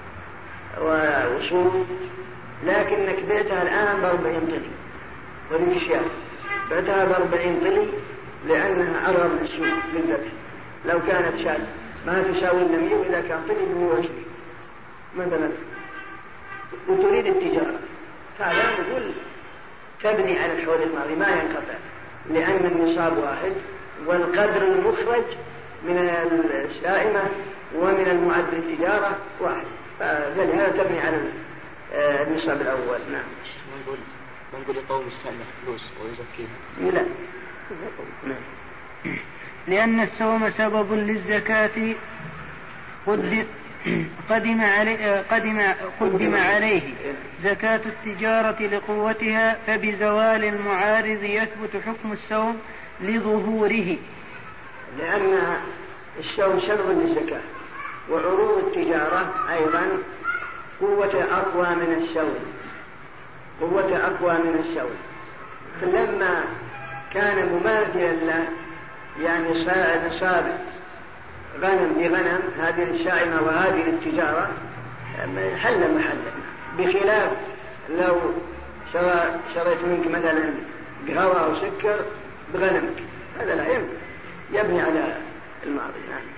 وصوم، لكنك بعتها الآن بأربعين طلي ولي الشاة بعتها بأربعين طلي لأنها أرغب للسوق للذبح. لو كانت شاة ما تساوي النمية إذا كان طلي مئة وعشرين مثلا وتريد التجارة، فهذا نقول تبني على الحول الماضي ما ينقطع، لأن النصاب واحد والقدر المخرج من الشائمة ومن المعد للتجارة واحد، فلهذا تبني على النصاب الأول. نعم. ما نقول ما نقول يقوم السنة فلوس ويزكيها. لا. نعم. لأن الصوم سبب للزكاة قد قدم عليه قدم قدم عليه زكاة التجارة لقوتها، فبزوال المعارض يثبت حكم الصوم لظهوره. لأن الصوم سبب للزكاة، وعروض التجارة أيضا قوة أقوى من الصوم، قوة أقوى من الصوم. فلما كان مماثلا له يعني نصاب غنم بغنم هذه الشائمة وهذه التجارة حل محلا، بخلاف لو شريت منك مثلا قهوة أو سكر بغنمك هذا لا ينفع، يبني على الماضي.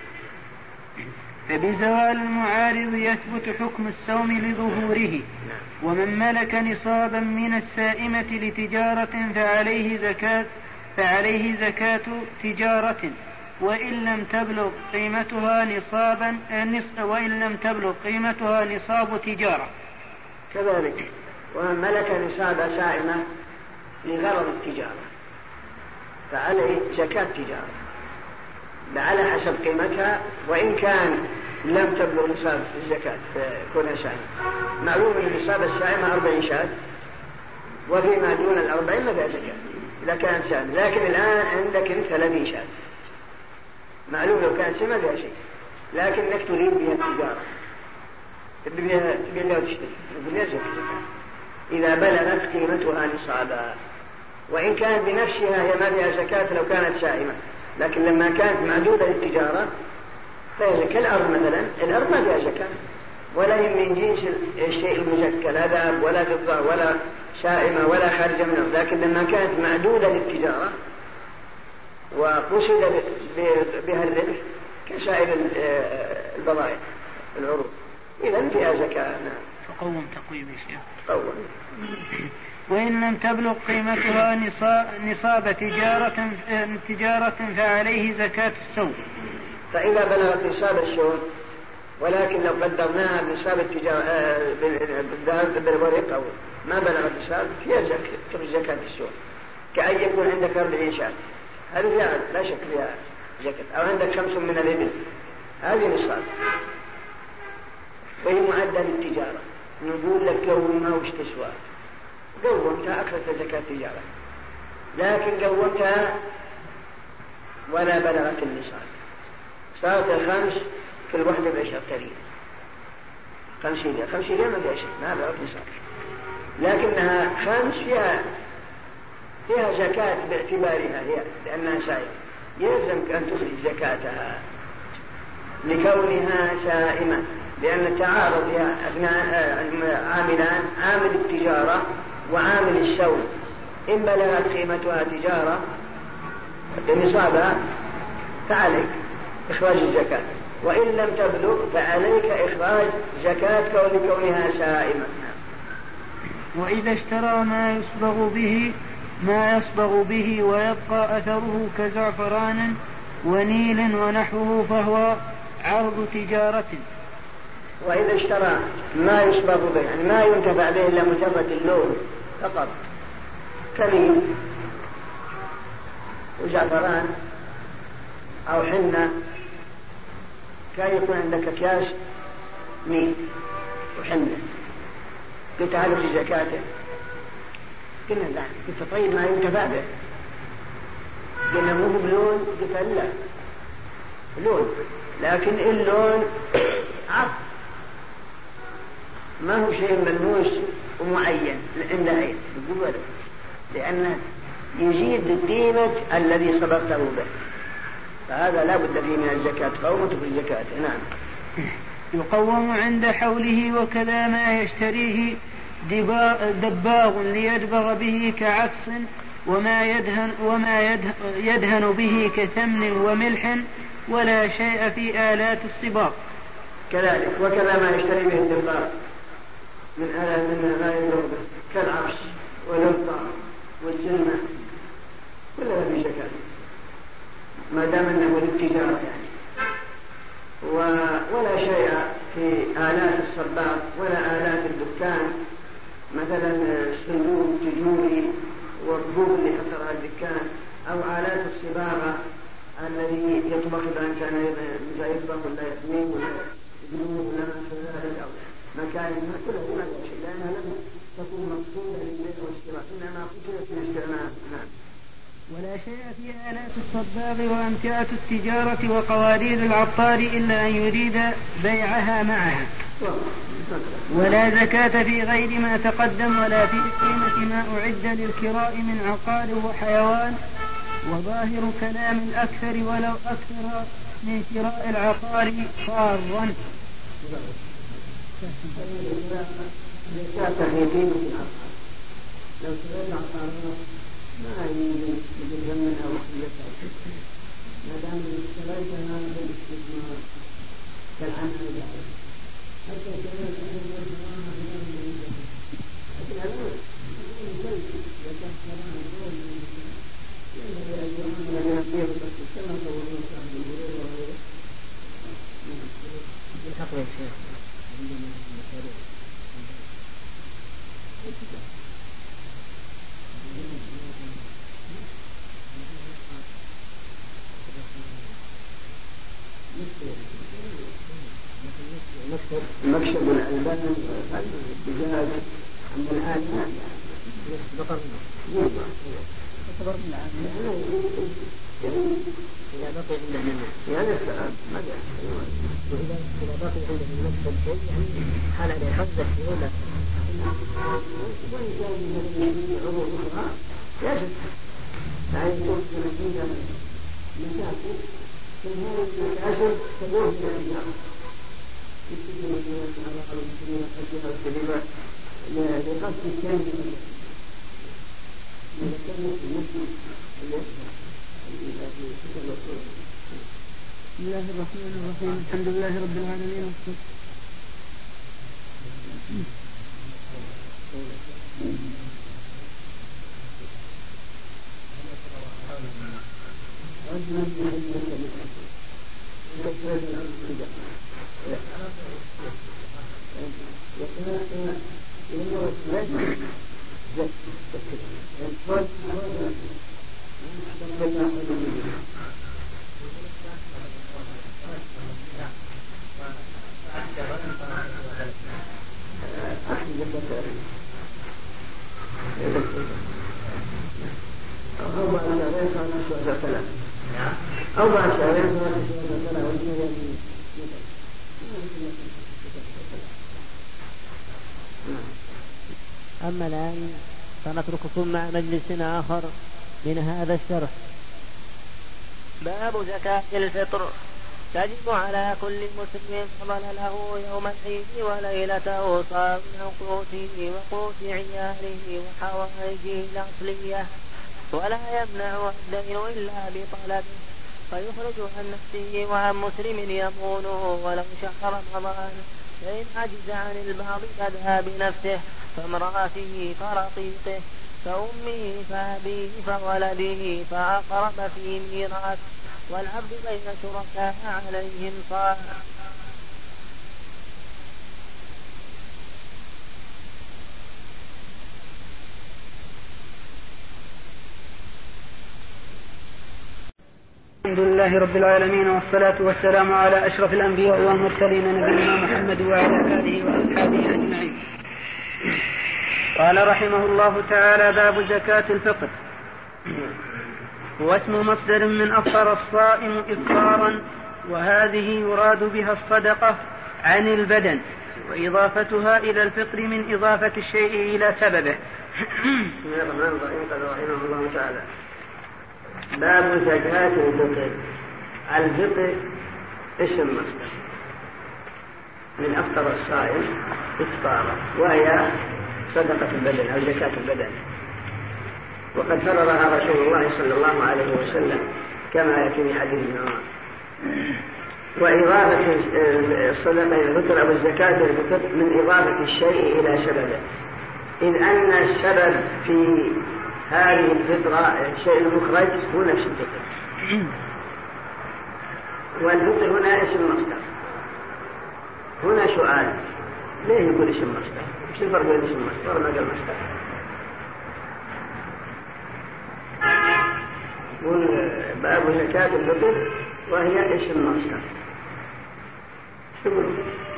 فبزوال المعارض يثبت حكم الصوم لظهوره. ومن ملك نصابا من السائمة لتجارة فعليه زكاة فعليه زكاة تجارة، وإن لم تبلغ قيمتها نصابا وإن لم تبلغ قيمتها نصاب تجارة. كذلك ومن ملك نصاب سائمة لغرض التجارة فعليه زكاة تجارة على حسب قيمتها، وإن كان لم تبلغ نصاب الزكاة كونها سائمة. معلوم أن نصاب السائمة أربعين شاة، وفيما دون الأربعين ما فيها زكاة إذا كانت سائمة، لكن الآن عندك ثلاثين شاة، معلوم لو كانت سائمة فيها شيء، لكنك تريد بها التجارة تبيها وتشتري تبيها زكاة إذا بلغت قيمتها نصابا، وإن كانت بنفسها هي ما فيها زكاة لو كانت سائمة، لكن لما كانت معدودة للتجارة فهي زكاة. الأرض مثلا الأرض ما فيها زكاة ولا هي من جنس الشيء المزكى، لا ذهب ولا فضة ولا سائمة ولا خارجة من الأرض، لكن لما كانت معدودة للتجارة وقصد بها الربح كسائر البضائع العروض إذن فيها زكاة. فقوم تقويم الشيء قوم. وإن لم تبلغ قيمتها نصاب تجارة تجارة فعليه زكاة الصوم. فإذا بلغت نصاب الشهر، ولكن لو قدرناها بنصاب التجارة بالورق أو ما بلغت نصاب فيها زكاة زكاة الشهر، كأن يكون عندك أربعين شاة هذه فيها لا شك فيها زكاة، أو عندك خمس من الإبل هذه نصاب، وهي معدة للتجارة. نقول لك قومها وش تسوى، قومتها أخذت زكاة تجارة، لكن قومتها ولا بلغت النصاب، صارت الخمس كل واحدة بعشرة ريال، خمسين ريال خمسين ريال ما فيها شيء، ما بلغت نصاب، لكنها خمس فيها فيها زكاة باعتبارها هي لأنها سائمة، يلزمك أن تخرج زكاتها لكونها سائمة، لأن تعارض فيها عاملان، عامل التجارة وعامل السوم، إن بلغت قيمتها تجارة بنصابها فعليك إخراج الزكاة، وإن لم تبلغ فعليك إخراج زكاة كون كونها سائمة. وإذا اشترى ما يصبغ به ما يصبغ به ويبقى أثره كزعفران ونيل ونحوه فهو عرض تجارة. وإذا اشترى ما يصبغ به يعني ما ينتفع به إلا مجرد اللون فقط كنيل وزعفران أو حنة، كان يكون عندك أكياس نيل وحنة، قلت هذا في زكاته؟ قلنا لا، قلت طيب ما ينتفع به، قلنا مو بلون، قلت لا لون، لكن اللون عرض ما هو شيء ملموس ومعين عند عين، يقول لأنه يزيد قيمة الذي صبغته به، فهذا لا بد فيه من الزكاة، قومة في الزكاة. نعم. يقوم عند حوله، وكذا ما يشتريه دباغ ليدبغ به كعكس، وما يدهن, وما يدهن, يدهن به كسمن وملح، ولا شيء في آلات الصباغ. كذلك وكذا ما يشتري به الدباغ من آلات من ما يدبغ به كالعرش واللمطة والجنة، كلها في زكاة ما دام أنه للتجارة يعني. ولا شيء في آلات الصباغ ولا آلات الدكان، مثلا الصندوق التجوري والربوب اللي حصلها الدكان، أو آلات الصباغة الذي يطبخ الإنسان إذا يطبخ ولا يسمين ولا يقلوه ولا ما في ذلك أو مكان ما، كلها ما فيها شيء لأنها لم تكون مقصودة للبيع والشراء، إنما قصدت للاستعمال. نعم. ولا شيء في آلات الصباغ وأمتعة التجارة وقوارير العطار إلا أن يريد بيعها معها. ولا زكاة في غير ما تقدم، ولا في قيمة ما أعد للكراء من عقار وحيوان. وظاهر كلام الأكثر ولو أكثر من شراء العقار فارا. ما يمكن تجد منها وحيتها ما دام اشتريتها بالاستثمار كالعمل الدعوي حتى كانت أنها الدراهم غير موجودة، لكن هذا يكون كيف يتحصلون الدول ينبغي أن يعمل بنفسه بس كما تقولون صاحب الغرور وغيره. بالحقل يا شيخ عندنا مشاريع مكسب الألبان بجهاز عند الآن بقر بقر من العام إذا بقي عندنا يعني السلام ما جاء وإذا إذا بقي عندنا المكسب شيء يعني حال عليه حظك يقول وإن كان من عروض أخرى يجب يعني يكون فيها مشاكل في هذه المكاسب تدور من التجارة يستجيب الناس على المسلمين الحجة والكذبة لقصد الثاني من الثاني المسلم بسم الله الرحمن الرحيم. الحمد لله رب العالمين. أو بعد شهرين ثلاثة. أما الآن فنترككم مع مجلس آخر من هذا الشرح. باب زكاة الفطر. تجب على كل مسلم فضل له يوم العيد وليلته صار من قوته وقوت عياله وحوائجه الأصلية، ولا يمنع الدين إلا بطلبه، فيخرج عن نفسه وعن مسلم يمونه ولو شهر رمضان، فإن عجز عن البعض بدأ بنفسه، فامرأته فرقيقه فأمه فأبيه فولده فأقرب في ميراث، والعبد بين شركاء عليهم صاع. الحمد لله رب العالمين، والصلاة والسلام على أشرف الأنبياء والمرسلين نبينا محمد وعلى آله وأصحابه أجمعين. قال رحمه الله تعالى: باب زكاة الفطر. هو اسم مصدر من أفطر الصائم إفطارا، وهذه يراد بها الصدقة عن البدن، وإضافتها إلى الفطر من إضافة الشيء إلى سببه. بسم الله الرحمن الرحيم. قال رحمه الله تعالى: باب زكاة الفطر. الفطر اسم مصدر من أفطر الصائم إفطارا، وهي صدقة البدن أو زكاة البدن، وقد فرضها رسول الله صلى الله عليه وسلم كما يأتي في حديث ابن عمر. وإضافة الصدقة إلى الفطر أو الزكاة إلى الفطر من إضافة الشيء إلى سببه، إذ أن السبب في هذه الفطرة الشيء المخرج هو نفس الفطر، والفطر هنا اسم مصدر. هنا سؤال: ليه يقول اسم مصدر؟ ايش الفرق بين اسم مصدر وما قال مصدر؟ يقول باب زكاة الفطر وهي اسم مصدر. شو يقول؟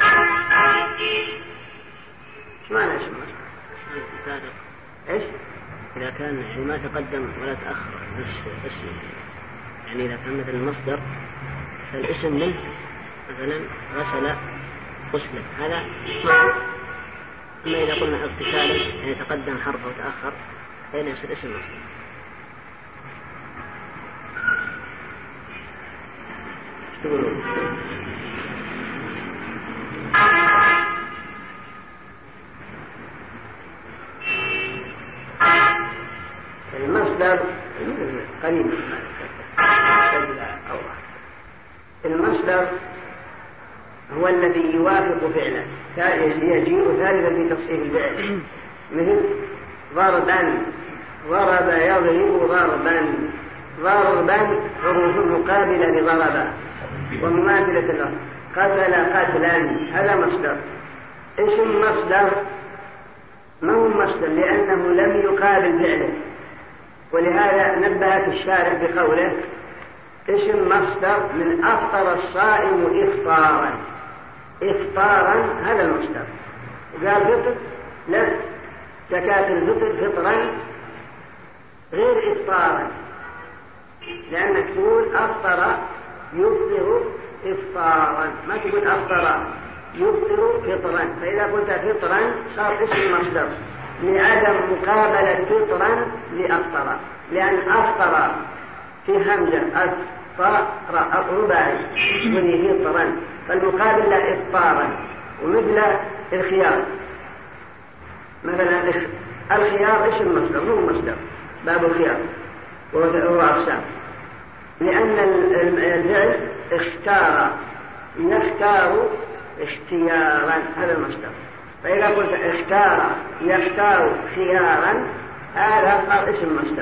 ايش معنى اسم مصدر؟ ايش؟ إذا كان ما تقدم ولا تأخر اسم، يعني إذا كان مثل المصدر فالاسم منه مثلا غسل غسلا، هذا معنى. أما إذا قلنا اغتسالا يعني تقدم حرف وتأخر فإنه يصير اسم مصدر. تقولون المصدر قريب المصدر هو الذي يوافق فعله، يجيء ثالثا في تصحيح الفعل، مثل ضربا، ضرب يضرب ضربا، ضربا حروف مقابلة لضربا ومماثلة له، قتل قتلا، هذا مصدر. اسم مصدر ما هو مصدر لأنه لم يقابل فعله، ولهذا نبهت الشارع بقوله اسم مصدر من أفطر الصائم إفطارا. إفطارا هذا المصدر. قال فطر، لا، زكاة الفطر فطرا غير إفطارا، لأنك تقول أفطر يفطر إفطارا، ما تقول أفطر يفطر فطرا. فإذا قلت فطرا صار اسم مصدر لعدم مقابلة فطرا لأفطر، لأن أفطر في همزة أفطر رباعي يكون فطرا، فالمقابل له إفطارا. ومثل الخيار، مثلا الخيار اسم مصدر مو مصدر، باب الخيار وهو أقسام، لأن الفعل اختار يختار اختيارا، هذا المصدر. فإذا قلت اختار يختار خيارا هذا صار اسم مصدر.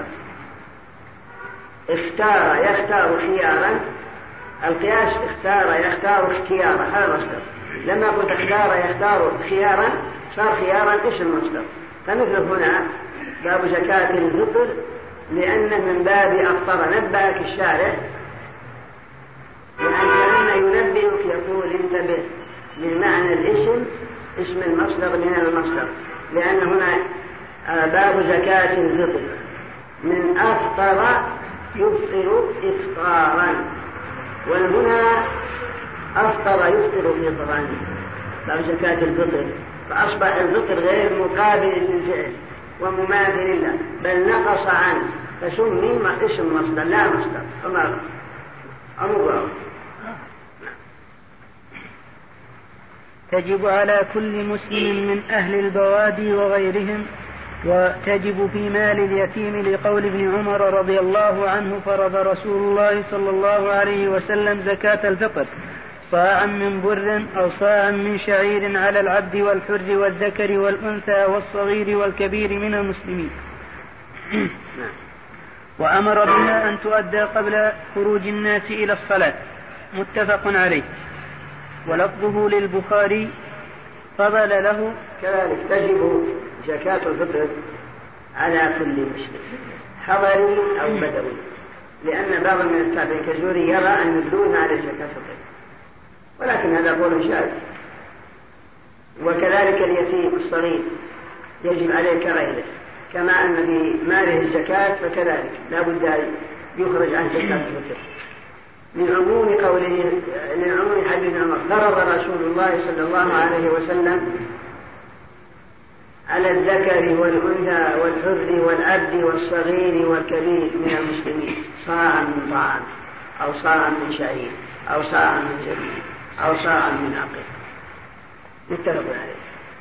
اختار يختار خيارا، القياس اختار يختار اختيارا، هذا مصدر. لما قلت اختار يختار خيارا صار خيارا اسم مصدر. فمثل هنا باب زكاة الفطر لأنه من باب أفطر، نبهك الشارع لأن ينبهك يقول انتبه من معنى الاسم، اسم المصدر من المصدر، لأن هنا باب زكاة الفطر من أفطر يفطر إفطارا، والهنا أفطر يفطر فطرا باب زكاة الفطر، فأصبح الفطر غير مقابل للفعل ومماثل له، بل نقص عنه فسمي اسم مصدر لا مصدر. أمر أمر تجب على كل مسلم من أهل البوادي وغيرهم، وتجب في مال اليتيم لقول ابن عمر رضي الله عنه: فرض رسول الله صلى الله عليه وسلم زكاة الفطر صاعا من بر أو صاعا من شعير على العبد والحر والذكر والأنثى والصغير والكبير من المسلمين. وأمر بها أن تؤدى قبل خروج الناس إلى الصلاة. متفق عليه. ولفظه للبخاري: فضل له. كذلك تجب زكاة الفطر على كل مسلم حضري أو بدوي، لأن بعض من التابعين كزوري يرى أن يدلون على زكاة الفطر، ولكن هذا قول شاذ. وكذلك اليتيم الصغير يجب عليه كغيره، كما أن في ماله الزكاة فكذلك لا بد أن يخرج عن زكاة الفطر، لعموم قوله لعموم حديث عمر: فرض رسول الله صلى الله عليه وسلم على الذكر والأنثى والحر والعبد والصغير والكبير من المسلمين صاعا من طعام أو صاعا من شعير أو صاعا من زبيب أو صاعا من عقل. متفق عليه.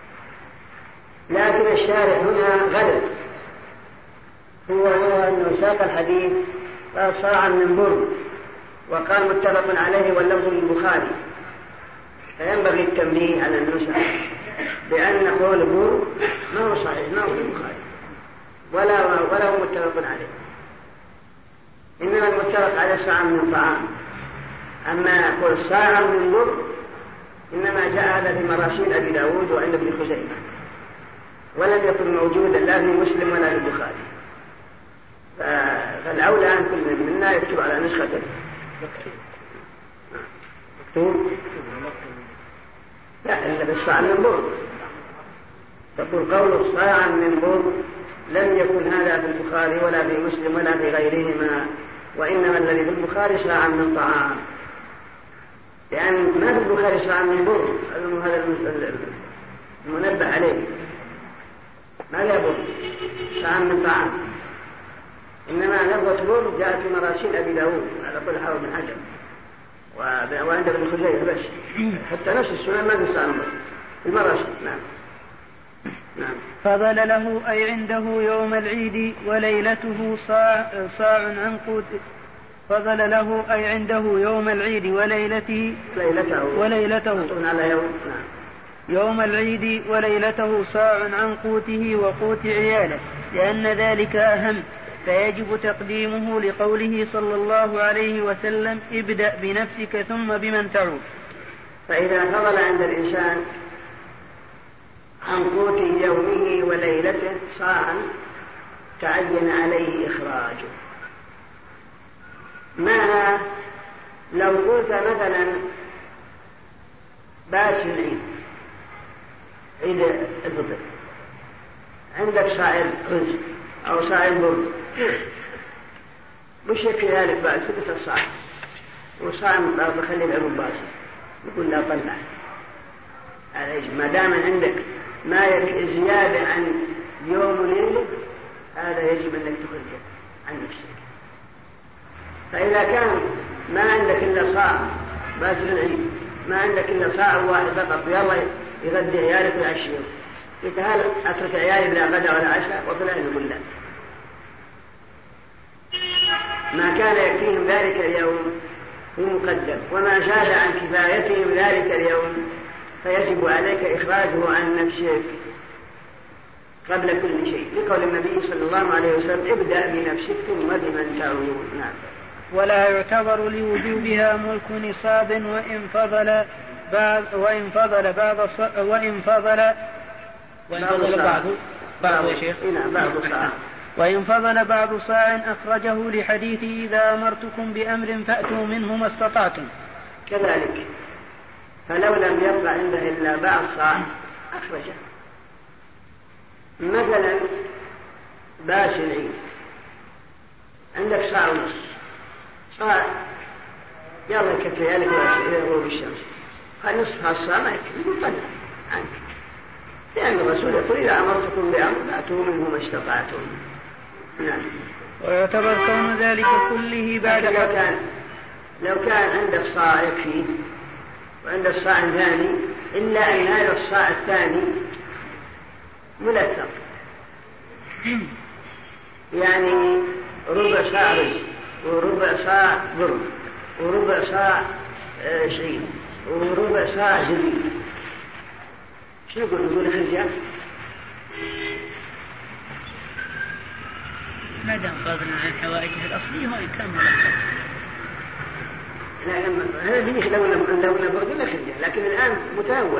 لكن الشارع هنا غلط، هو هو أنه ساق الحديث قال صاعا من بر، وقال متفق عليه واللفظ للبخاري، فينبغي التنبيه على النسخ بأن قول بر ما هو صحيح، ما هو في البخاري ولا ولا هو متفق عليه، إنما المتفق على صاع من طعام. أما قول صاع من بر إنما جاء هذا في مراسيل أبي داود وعند ابن خزيمة، ولم يكن موجودا لا في مسلم ولا في البخاري، فالأولى أن كل منا يكتب على نسخته. مكتوب؟ لا، إلا بالصاع من بر. تقول قول صاعا من بر لم يكن هذا في البخاري ولا في مسلم ولا في غيرهما، وإنما الذي في البخاري صاعا من طعام، لأن ما في البخاري صاعا من بر، هذا المنبه عليه، ما لا بر صاعا من طعام، إنما لفظة بر جاءت في مراسيل أبي داود على كل حول من حجر وعند ابن خزيمة بس، حتى نفس السنن ما في صاع من بر في المراسيل. نعم. نعم. فضل له أي عنده يوم العيد وليلته صاع, صاع عن قوت. فضل له أي عنده يوم العيد وليلته ليلته وليلته على يوم. نعم. يوم العيد وليلته صاع عن قوته وقوت عياله، لأن ذلك أهم، فيجب تقديمه لقوله صلى الله عليه وسلم: ابدأ بنفسك ثم بمن تعود. فإذا فضل عند الإنسان عن قوت يومه وليلته صاعا تعين عليه إخراجه. معنى لو قلت مثلا باس العيد عيد الفطر، عندك صاع رز أو صاع بر، مش يكفي ذلك بعد ثلث الصاع وصاع مطلق خلي العروب باسي، يقول لا طلع ما دام عندك ما يكفي زيادة عن يوم وليلة، هذا يجب أنك تخرجه عن نفسك. فإذا كان ما عندك إلا صاع باس العيد، ما عندك إلا صاع واحد فقط، يلا يغدي عيالك ويعشيه، يتهال أترك عيالي بلا غدا ولا عشاء، وفلان يقول لا، ما كان يكفيهم ذلك اليوم هو مقدم، وما زاد عن كفايتهم ذلك اليوم فيجب عليك إخراجه عن نفسك قبل كل شيء، لقول النبي صلى الله عليه وسلم: ابدأ بنفسك ثم بمن تعود. نعم. ولا يعتبر لوجوبها ملك نصاب وإن فضل بعض وإن فضل بعض وإن فضل وإن فضل بعض بعض يا شيخ وإن فضل بعض صاع أخرجه لحديث: إذا أمرتكم بأمر فأتوا منه ما استطعتم. كذلك فلو لم يبقى عنده إلا بعض صاع أخرجه. مثلا باس العيد عندك صاع ونصف صاع يلا يكفي لك إلى غروب الشمس، قال نصف الصاع ما يكفي، يقول طلع عنك، لأن الرسول يقول إذا أمرتكم بأمر فأتوا منه ما استطعتم. نعم. ويعتبر كون ذلك كله بعد لو كان لو كان عند الصاع يكفي وعند الصاع الثاني، إلا أن هذا الصاع الثاني ملثق، يعني ربع صاع رز وربع صاع بر وربع صاع شعير وربع صاع زبيب، شو يقول نقول خرجة؟ ما دام فاضل عن حوائجه الأصلية وإن كان ملثق. هذا فيه لو لو نبغى ولا خرجة، لكن الآن متنوع.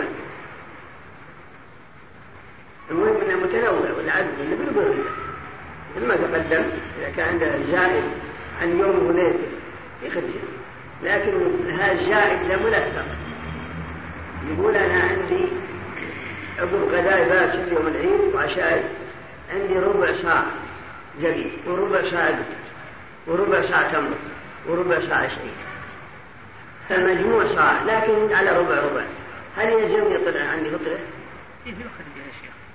المهم أنه متنوع والعدد اللي بنقول لما تقدم إذا كان عنده زائد عن يوم وليلة يخرج، لكن هذا الزائد لملثق، يقول أنا عندي عقب غداء باكر يوم العيد وعشاء عندي ربع ساعة زبيب وربع ساعة وربع ساعة تمر وربع ساعة شعير، فالمجموع ساعة لكن على ربع ربع، هل يلزم يطلع عني فطرة؟ يخرجها يا شيخ،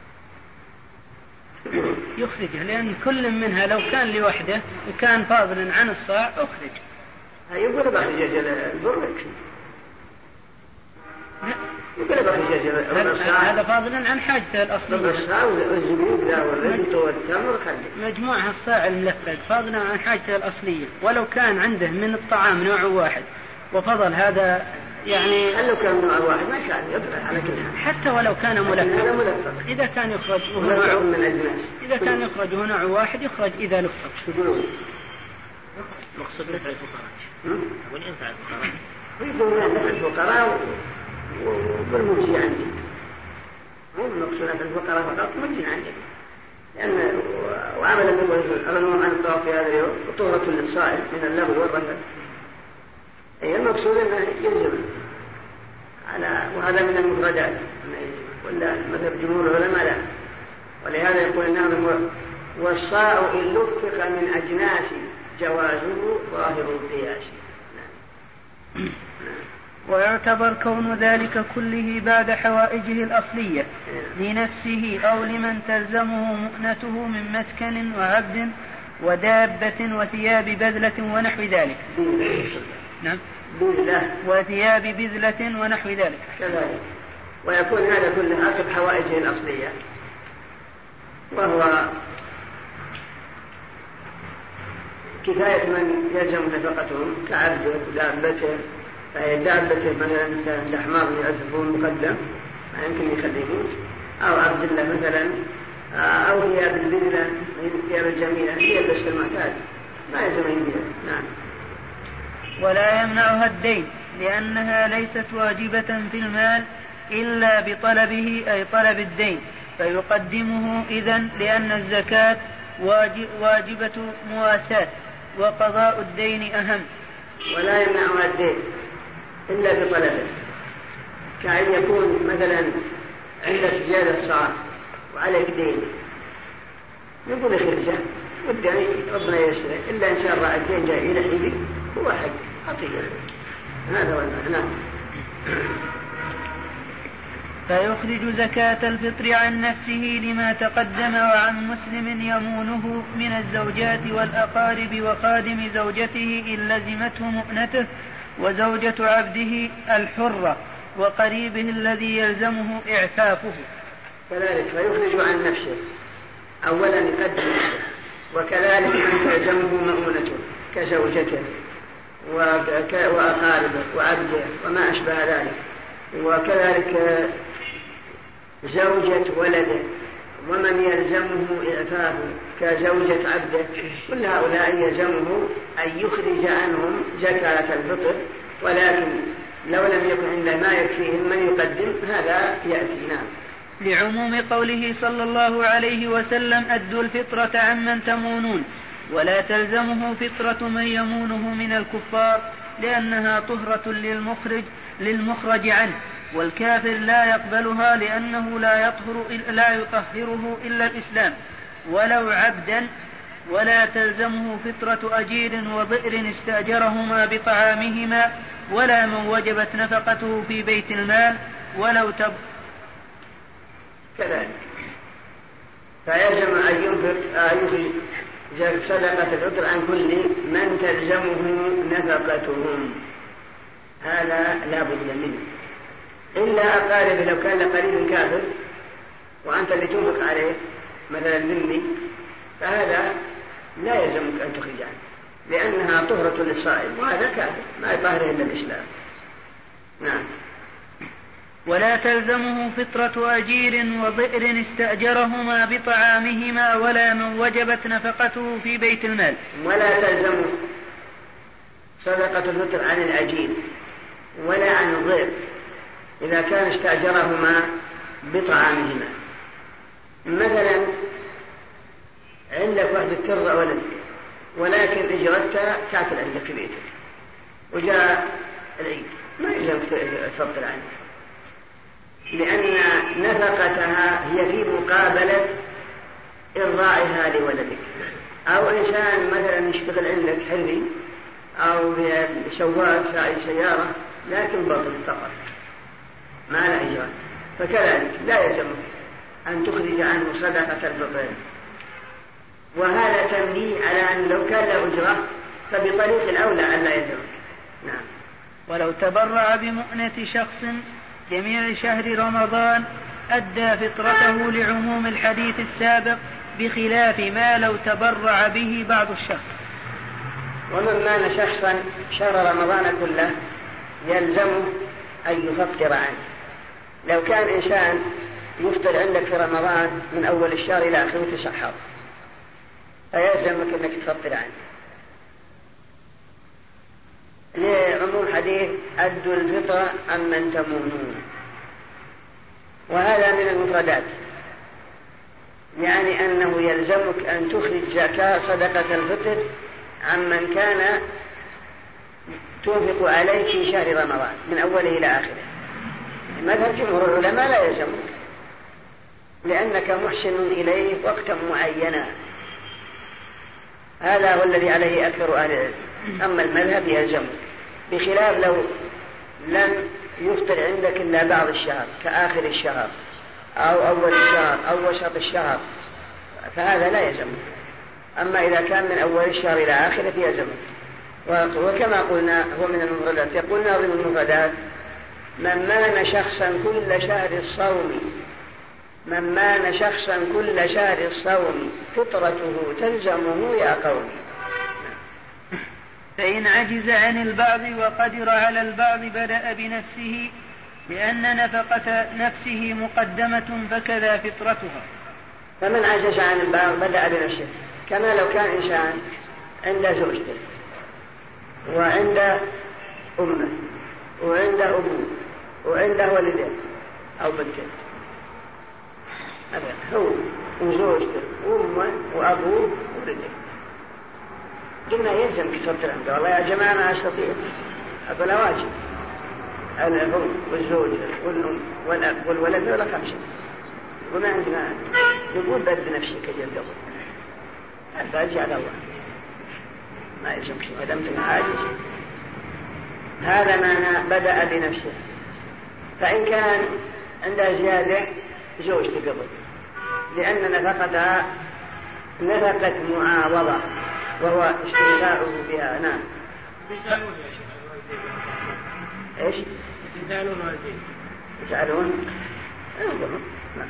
يخرجها، لأن كل منها لو كان لوحده وكان فاضلا عن الصاع أخرج. يقول بخرج البر يقول بخرج هذا فاضلا عن حاجته الأصلية. الصاع والزبيب لا والرز والتمر خلي مجموعها الصاع الملفق فاضلا عن حاجته الأصلية، ولو كان عنده من الطعام نوع واحد وفضل هذا يعني هل لو كان نوع واحد ما كان يطلع على كل حتى ولو كان ملفق، إذا كان يخرج نوع من الأجناس، إذا كان يخرج نوع واحد يخرج إذا لفق. مقصود نفع الفقراء والإنفع الفقراء ويقول نفع الفقراء والمجزي عندي، مو المقصود نفع الفقراء فقط مجزي عندي، لأن وعمل النبي عن الطواف في هذا اليوم وطهرة للصائم من اللغو والرفث، أي المقصود أنه يلزم على، وهذا من المفردات ولا مذهب جمهور العلماء لا، ولهذا يقول الناظم والصاع إن لفق من أجناس جوازه ظاهر القياس. ويعتبر كون ذلك كله بعد حوائجه الأصلية لنفسه أو لمن تلزمه مؤنته من مسكن وعبد ودابة وثياب بذلة ونحو ذلك. نعم. وثياب بذلة ونحو ذلك كذلك. ويكون هذا كله عقب حوائجه الأصلية، وهو كفاية من يلزم نفقتهم كعبده ودابته، فهي دابته مثلا الأحمار اللي يعزفون مقدم ما يمكن يخليهم، أو عبد الله مثلا، أو ثياب البذلة الثياب الجميلة هي بس المعتاد ما يلزم يبيع. نعم. ولا يمنعها الدين لأنها ليست واجبة في المال إلا بطلبه أي طلب الدين، فيقدمه إذن لأن الزكاة واجبة مواساة وقضاء الدين أهم. ولا يمنعها الدين إلا بطلبه، كأن يكون مثلا عندك زيادة صاع وعليك دين، يقول خرجه والدين ربنا يسره، إلا إن شاء الله الدين جاء إلى حيدك هو حق عطية. هذا هو المعنى. فيخرج زكاة الفطر عن نفسه لما تقدم، وعن مسلم يمونه من الزوجات والأقارب وخادم زوجته إن لزمته مؤنته وزوجة عبده الحرة وقريبه الذي يلزمه إعفافه. كذلك فيخرج عن نفسه أولا يقدم نفسه، وكذلك من تلزمه مؤونته كزوجته وأقاربه وعبده وما أشبه ذلك، وكذلك زوجة ولده ومن يلزمه إعفافه كزوجة عبده، كل هؤلاء يلزمه أن يخرج عنهم زكاة الفطر، ولكن لو لم يكن عنده ما يكفيهم من يقدم هذا يأتي. نعم. لعموم قوله صلى الله عليه وسلم أدوا الفطرة عمن تمونون، ولا تلزمه فطرة من يمونه من الكفار لأنها طهرة للمخرج للمخرج عنه، والكافر لا يقبلها لأنه لا يطهر لا يطهره إلا الإسلام ولو عبدا ولا تلزمه فطرة أجير وضئر استأجرهما بطعامهما ولا من وجبت نفقته في بيت المال ولو تب كذلك. فيلزم أن ينفق صدقة الفطر عن كل من تلزمه نفقتهم، هذا لا بد منه، إلا أقارب لو كان لقريب كافر وأنت اللي تنفق عليه مثلا ذمي، فهذا لا يلزمك أن تخرج عنه لأنها طهرة للصائم، وهذا كافر ما يطهره إلا الإسلام. نعم. ولا تلزمه فطرة أجير وضئر استأجرهما بطعامهما ولا من وجبت نفقته في بيت المال. ولا تلزم صدقة الفطر عن الأجير ولا عن الضئر إذا كان استأجرهما بطعامهما. مثلا عندك واحدة ترضع ولد ولكن إجرتها تأكل عندك في بيتك وجاء العيد، ما يلزمك تفطر عنه لأن نفقتها هي في مقابلة إرضاعها لولدك. أو إنسان مثلا يشتغل عندك حري أو سواق سائق سيارة لكن بطل فقط ما له إجرة، فكذلك لا يلزمك أن تخرج عنه صدقة الفطر. وهذا تنبيه على أن لو كان له أجرة فبطريق الأولى أن لا يلزمك. نعم. ولو تبرع بمؤنة شخص جميع شهر رمضان أدى فطرته لعموم الحديث السابق بخلاف ما لو تبرع به بعض الشهر. ومن مان شخصا شهر رمضان كله يلزمه أن يفطر عنه. لو كان إنسان يفطر عندك في رمضان من أول الشهر إلى آخره تسحر فيلزمك أنك تفطر عنه لعموم حديث أدوا الفطر عمن تمومون، وهذا من المفردات، يعني أنه يلزمك أن تخرج زكاة صدقة الفطر عمن كان تنفق عليك في شهر رمضان من أوله إلى آخره. مذهب جمهور العلماء لا يلزمك لأنك محسن إليه وقتا معينا، هذا هو الذي عليه أكثر أهل العلم. أما المذهب يلزمك، بخلاف لو لم يفطر عندك إلا بعض الشهر كآخر الشهر أو أول الشهر أو وسط الشهر فهذا لا يلزمك. أما إذا كان من أول الشهر إلى آخره فيلزمك. وكما قلنا هو من المفردات. يقول ناظم المفردات: من مان شخصا كل شهر الصوم من مان شخصا كل شهر الصوم فطرته تلزمه يا قوم. فإن عجز عن البعض وقدر على البعض بدأ بنفسه لأن نفقة نفسه مقدمة فكذا فطرتها. فمن عجز عن البعض بدأ بنفسه، كما لو كان إنسان عنده زوجته وعنده أمه وعنده أبوه وعنده والدين أو بنتين، هو وزوجته وأمه وأبوه وولده، قلنا يلزم كتبت عنده والله يا جماعة ما أستطيع أقول واجب الأم والزوجة والأم والأب والولد ولا خمسة وما عندنا يقول بد نفسك جل قبل هذا أرجع الله ما يلزمك ما دمت عاجز. هذا معنى بدأ بنفسه. فإن كان عندها زيادة زوجته قبل لأن نفقتها نفقة معاوضة وهو استمتاعه بها. نعم. ايش؟ يسألون والدين. يسألون؟ انظروا. نعم.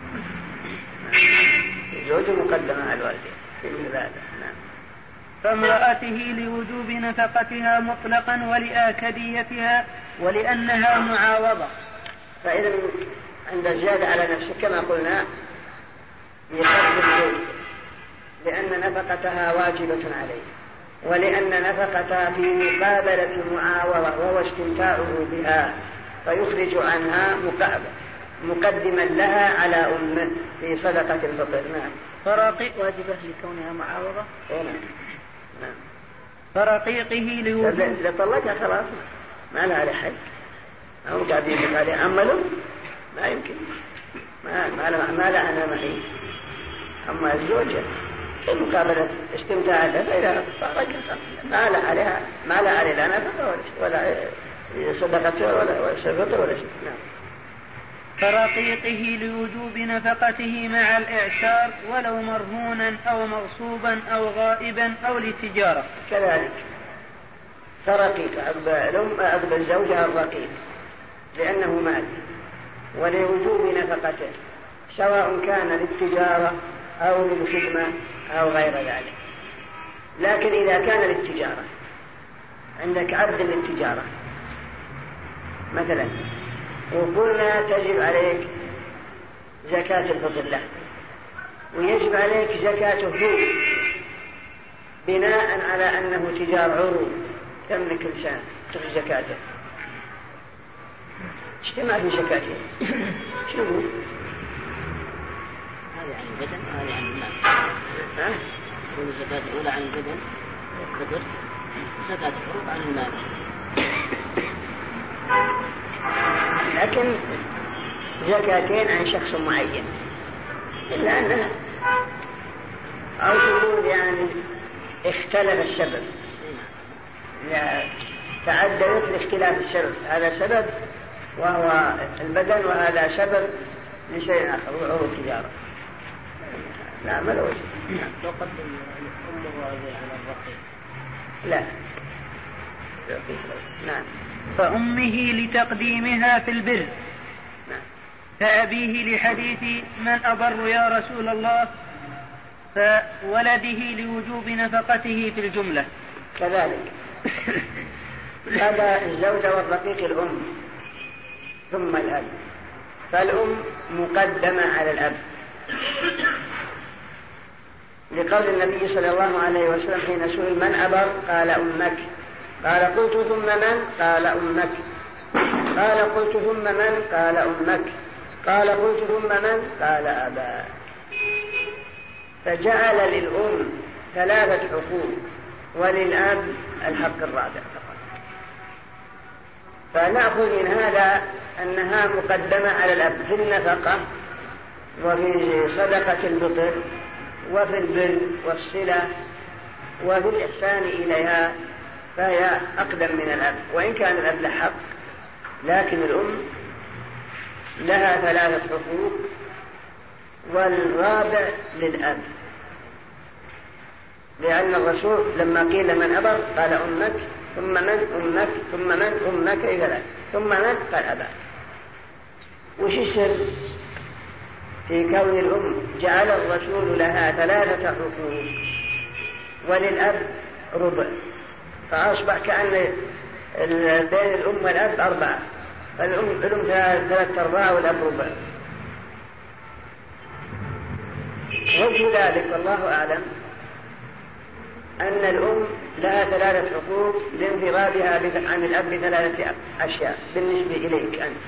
الزوج مقدمة على الوالدين في مثل هذا. نعم. فامرأته لوجوب نفقتها مطلقا ولآكديتها ولأنها معاوضة. فإذا عند زيادة على نفسه كما قلنا يقدم زوجته لأن نفقتها واجبة عليه ولأن نفقتها في مقابلة معاوضة وهو استمتاعه بها فيخرج عنها مقدما لها على أمه في صدقة الفطر. نعم. فرقيق واجبة لكونها معاوضة. نعم. نعم. فرقيقه لوجوب إذا طلقها خلاص ما لها على حد أو قاعدين يقول عليه عمله ما يمكن ما ما لا ما لا أنا معي. أما الزوجة مقابلة استمتاع له، فإذا ما لا عليها ما لا عليه لا نفقة ولا صدقته ولا سفطه ولا شيء. نعم. كرقيقه لوجوب نفقته مع الإعسار ولو مرهونا أو مغصوبا أو غائبا أو لتجارة. كذلك كرقيق الأم أغلب الزوجة الرقيق لأنه مال ولوجوب نفقته سواء كان للتجارة أو للخدمة أو غير ذلك. لكن إذا كان للتجارة، عندك عبد للتجارة مثلا وقلنا تجب عليك زكاة الفطر له ويجب عليك زكاته هو بناء على أنه تجار عروض تملك إنسان تخرج زكاته. اجتماع في زكاته شنو هذه عن البدن وهذه عن المال. ها؟ يكون الزكاة الأولى عن البدن والقدر، زكاة الفروض عن المال. لكن زكاتين عن شخص معين، إلا أنه أو تقول يعني اختلف السبب، يعني تعددت لاختلاف السبب، هذا سبب وهو البدن وهذا سبب لشيء آخر وهو التجارة. لا ما له وجه. لو قدم أمه على الرقيق لا. نعم. فأمه لتقديمها في البر، فأبيه لحديث من أبر يا رسول الله، فولده لوجوب نفقته في الجملة. كذلك هذا الزوجة والرقيق الأم ثم الأب، فالأم مقدمة على الأب لقول النبي صلى الله عليه وسلم حين سئل من أبر قال أمك، قال قلت ثم من؟ قال أمك، قال قلت ثم من؟ قال أمك، قال قلت ثم من؟ قال أبا. فجعل للأم ثلاثة حقوق وللأب الحق الرابع فقط. فنأخذ من هذا أنها مقدمة على الأب في النفقة وفي صدقة الفطر وفي البر والصلة وفي الإحسان إليها، فهي أقدم من الأب وإن كان الأب له حق، لكن الأم لها ثلاثة حقوق والرابع للأب، لأن الرسول لما قيل من أبر قال أمك ثم من؟ أمك ثم من؟ أمك إذا ثم من؟ قال أبا. وش السر في كون الأم جعل الرسول لها ثلاثة حقوق وللأب ربع، فأصبح كأن بين الأم والأب أربعة، فالأم ثلاثة أرباع والأب ربع. وجه ذلك والله أعلم أن الأم لها ثلاثة حقوق لانفرادها عن الأب بثلاثة أشياء بالنسبة إليك أنت.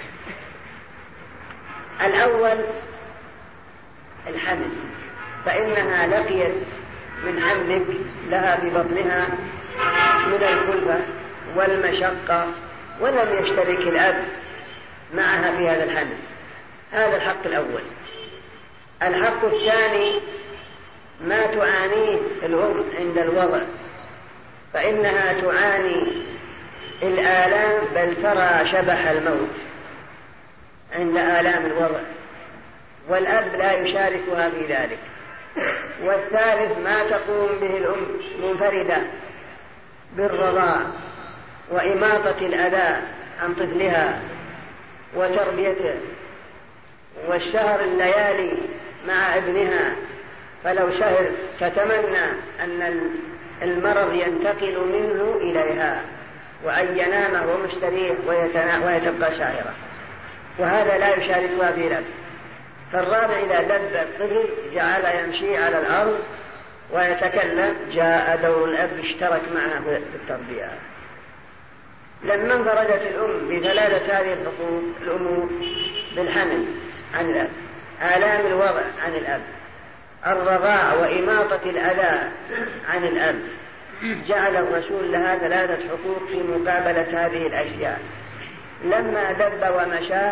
الأول الحمل، فإنها لقيت من حملك لها في بطنها من الكلفة والمشقة ولم يشترك الأب معها في هذا الحمل، هذا الحق الأول. الحق الثاني ما تعانيه الأم عند الوضع، فإنها تعاني الآلام بل ترى شبح الموت عند آلام الوضع، والأب لا يشاركها في ذلك. والثالث ما تقوم به الأم منفردة بالرضاع وإماطة الأذى عن طفلها وتربيته، والشهر الليالي مع ابنها، فلو شهر تتمنى أن المرض ينتقل منه إليها وأن ينام وهو مستريح ويتبقى سائرة، وهذا لا يشاركها في ذلك. فالرابع إذا دب الطفل جعل يمشي على الأرض ويتكلم، جاء دور الأب اشترك معه في التربية. لما انفردت الأم بثلاثة هذه الحقوق، الأم بالحمل عن الأب، آلام الوضع عن الأب، الرضاع وإماطة الأذى عن الأب، جعل الرسول لها ثلاثة حقوق في مقابلة هذه الأشياء. لما دب ومشى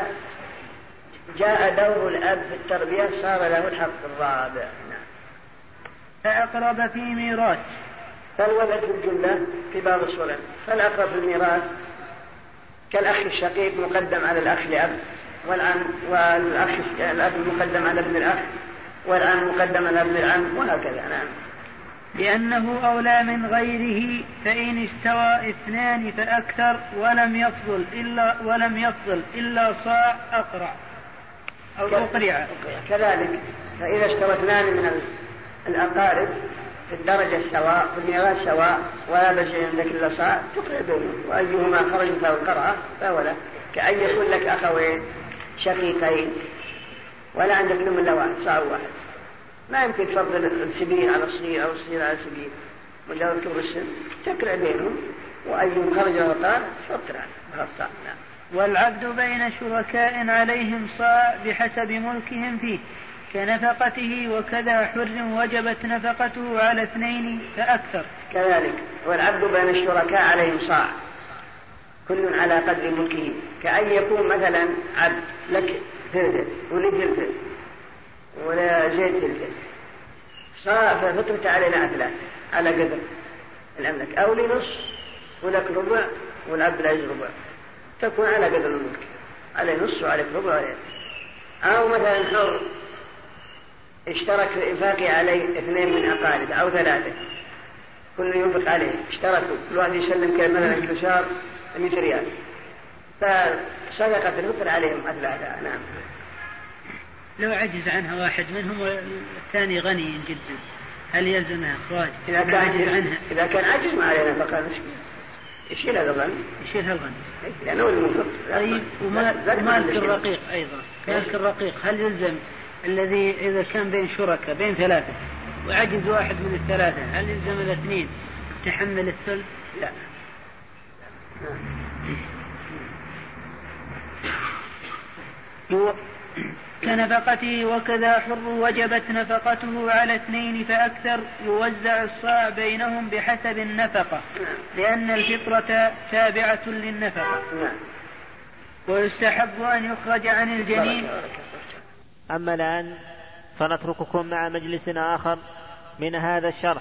جاء دور الأب في التربية، صار له الحق الرابع. فأقرب في ميراث. فالولد في الجملة في بعض الصور، فالأقرب في الميراث كالأخ الشقيق مقدم على الأخ لأب، والعم والأخ الأب مقدم على ابن الأخ، والعم مقدم على ابن العم، وهكذا. نعم. لأنه أولى من غيره، فإن استوى اثنان فأكثر ولم يفضل إلا ولم يفضل إلا صاع أقرع أو أقرع. كذلك فإذا استوى اثنان من الأقارب في الدرجة سواء في الميراث سواء ولا بشيء عندك إلا صاع تقرع بينهم، وأيهما خرجت له القرعة فهو له، كأن يكون لك أخوين شقيقين ولا عندك لهم إلا واحد صاع واحد، ما يمكن تفضل السبيل على الصغير أو الصغير على السبيل، مجرد كبر السن تقرع بينهم، وأيهم خرج له القرعة فاقرع بها الصاع. نعم. والعبد بين شركاء عليهم صاع بحسب ملكهم فيه كنفقته، وكذا حر وجبت نفقته على اثنين فأكثر. كذلك والعبد بين الشركاء عليهم صاع كل على قدر ملكه، كأن يكون مثلا عبد لك ثلث ولي ثلث ولا زيد ثلث، صاع ففطرت علينا عدلات على قدر الأملك، أو لنص ولك ربع والعبد لا يجي ربع، تكون على قدر الملك، عليه نص وعليك ربع وعليك. أو مثلا حر اشترك في إنفاقه عليه اثنين من أقارب أو ثلاثة، كل ينفق عليه اشتركوا، كل واحد يسلم كم مثلا كل شهر مئة ريال، فصدقة الفطر عليهم أثلاثة. نعم. لو عجز عنها واحد منهم والثاني غني جدا هل يلزمها إخراج؟ إذا كان عجز عنها إذا كان عجز ما علينا فقال مشكلة، يشيل هذا الغني يشيل هذا الغني لأنه المنفق. طيب ومالك الرقيق أيضا، مالك الرقيق هل يلزم الذي إذا كان بين شركاء بين ثلاثة وعجز واحد من الثلاثة هل يلزم الاثنين تحمل الثلث؟ لا. كنفقته، وكذا حر وجبت نفقته على اثنين فأكثر، يوزع الصاع بينهم بحسب النفقة لأن الفطرة تابعة للنفقة. ويستحب أن يخرج عن الجنين. أما الآن فنترككم مع مجلس آخر من هذا الشرح.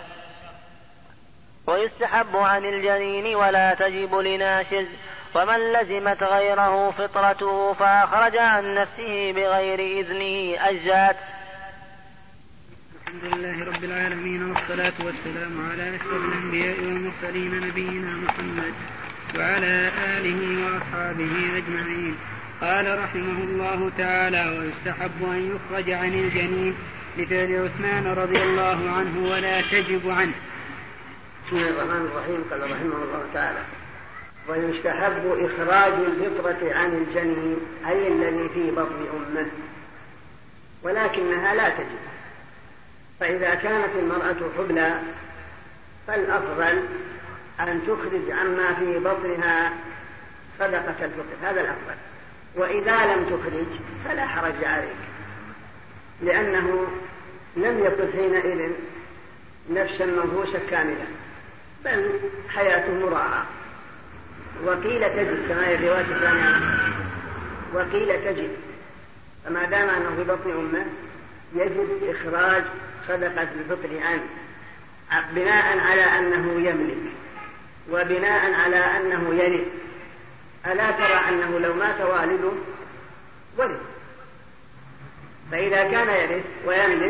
ويستحب عن الجنين ولا تجب لناشز، ومن لزمت غيره فطرته فأخرج عن نفسه بغير إذنه أجزات. الحمد لله رب العالمين، والصلاة والسلام على أشرف الأنبياء والمرسلين نبينا محمد وعلى آله وأصحابه أجمعين. قال رحمه الله تعالى: ويستحب أن يخرج عن الجنين لفعل عثمان رضي الله عنه ولا تجب عنه. بسم الله الرحمن الرحيم. قال رحمه الله تعالى: ويستحب إخراج الفطرة عن الجنين أي الذي في بطن أمه، ولكنها لا تجب. فإذا كانت المرأة حبلى فالأفضل أن تخرج عما في بطنها صدقة الفطر، هذا الأفضل. وإذا لم تخرج فلا حرج عليك، لأنه لم يكن حينئذ نفسا منفوسة كاملة، بل حياته مراعاة. وقيل تجد كما هي الرواية الثانية، وقيل تجد، فما دام أنه في بطن أمه يجب إخراج صدقة الفطر عنه، بناء على أنه يملك وبناء على أنه يرث. ألا ترى أنه لو مات والده ورث، فإذا كان يرث ويملك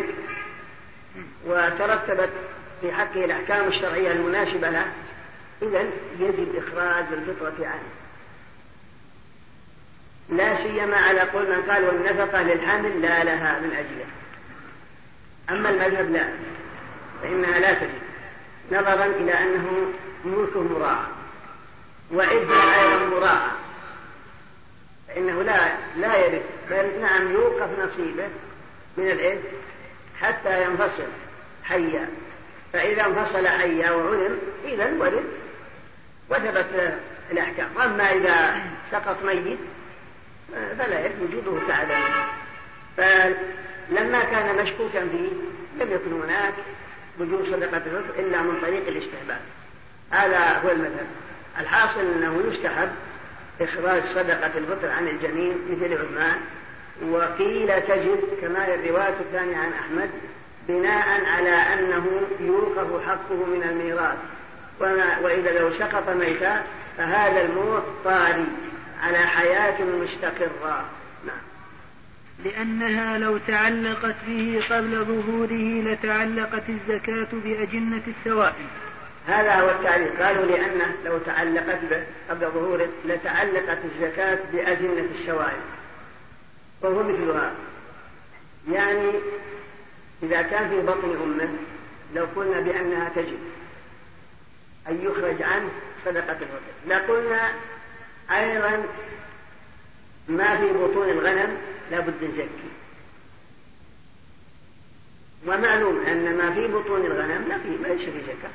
وترتبت في حقه الأحكام الشرعية المناسبة له، إذن يجب إخراج الفطرة عنه، لا سيما على قول من قال والنفقة للحامل لا لها من أجله. أما المذهب لا، فإنها لا تجب، نظرا إلى أنه ملك مراعى وإبناء أيضا مراعى، فإنه لا لا يرث، بل نعم يوقف نصيبه من الإرث حتى ينفصل حيا، فإذا انفصل حيا وعلم إذا ورث وثبت الأحكام. أما إذا سقط ميت فلا يرث وجوده تعالى. فلما كان مشكوكا فيه لم يكن هناك وجود صدقة الفطر إلا من طريق الاستحباب، هذا هو المذهب. الحاصل أنه يستحب إخراج صدقة الفطر عن الجنين مثل عثمان. وقيل تجب كما الرواية الثانية عن أحمد بناء على أنه يوقف حقه من الميراث، وإذا لو سقط ميتا فهذا الموت طاري على حياة مستقرة. نعم. لأنها لو تعلقت به قبل ظهوره لتعلقت الزكاة بأجنة السوائم. هذا هو التعليق، قالوا لأنه لو تعلقت به قبل ظهوره لتعلقت الزكاة بأجنة السوائم، وهو مثلها. يعني إذا كان في بطن أمه لو قلنا بأنها تجب أن يخرج عنه صدقة الفطر، لقلنا أيضا ما في بطون الغنم لابد نزكي، ومعلوم أن ما في بطون الغنم لا في ليس في زكاة،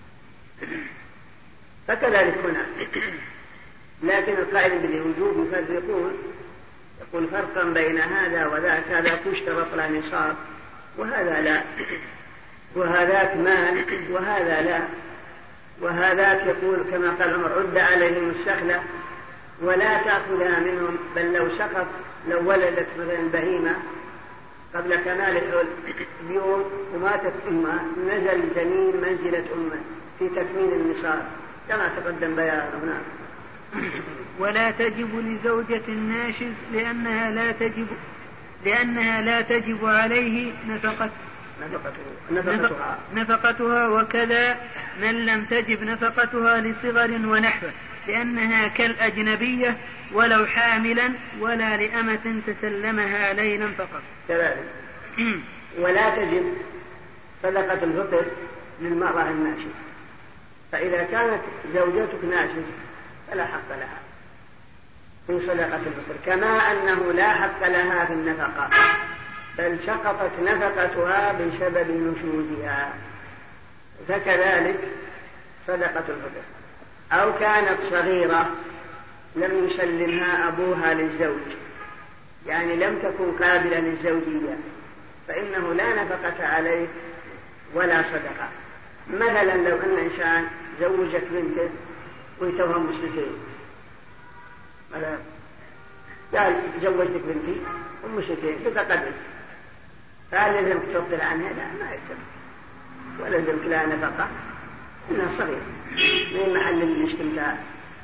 فكذلك هنا. لكن القائل بالوجوب يفرقون، يقول فرقا بين هذا وذاك، هذا تشترط له نصاب وهذا لا، وهذاك مال وهذا لا، وهذاك يقول كما قال عمر عد عليهم السخلة ولا تأخذها منهم، بل لو سقط لو ولدت مثلا بهيمة قبل كمال الحول بيوم وماتت أمها نزل الجنين منزلة أمه في تكميل النصاب كما تقدم بيانه هنا. ولا تجب لزوجة ناشز لأنها لا تجب لأنها لا تجب عليه نفقة نفقتها. نفقتها وكذا من لم تجب نفقتها لصغر ونحوه، لأنها كالأجنبية ولو حاملا، ولا لأمة تسلمها ليلا فقط. كذلك. ولا تجب صدقة الفطر للمرأة الناشز، فإذا كانت زوجتك ناشز فلا حق لها في صدقة الفطر، كما أنه لا حق لها في النفقة، بل سقطت نفقتها بسبب نشوزها، فكذلك صدقة الفطر. أو كانت صغيرة لم يسلمها أبوها للزوج، يعني لم تكن قابلة للزوجية، فإنه لا نفقة عليه ولا صدقة. مثلا لو أن إنسان زوجت بنته ويتوهم مشركين، مثلا قال زوجتك بنتي ومشركين بتقدم، فهل يلزمك تفضل عنها؟ لا، ما يلزمك، ولا يلزمك لها نفقة، إنها صغيرة من محل الاستمتاع.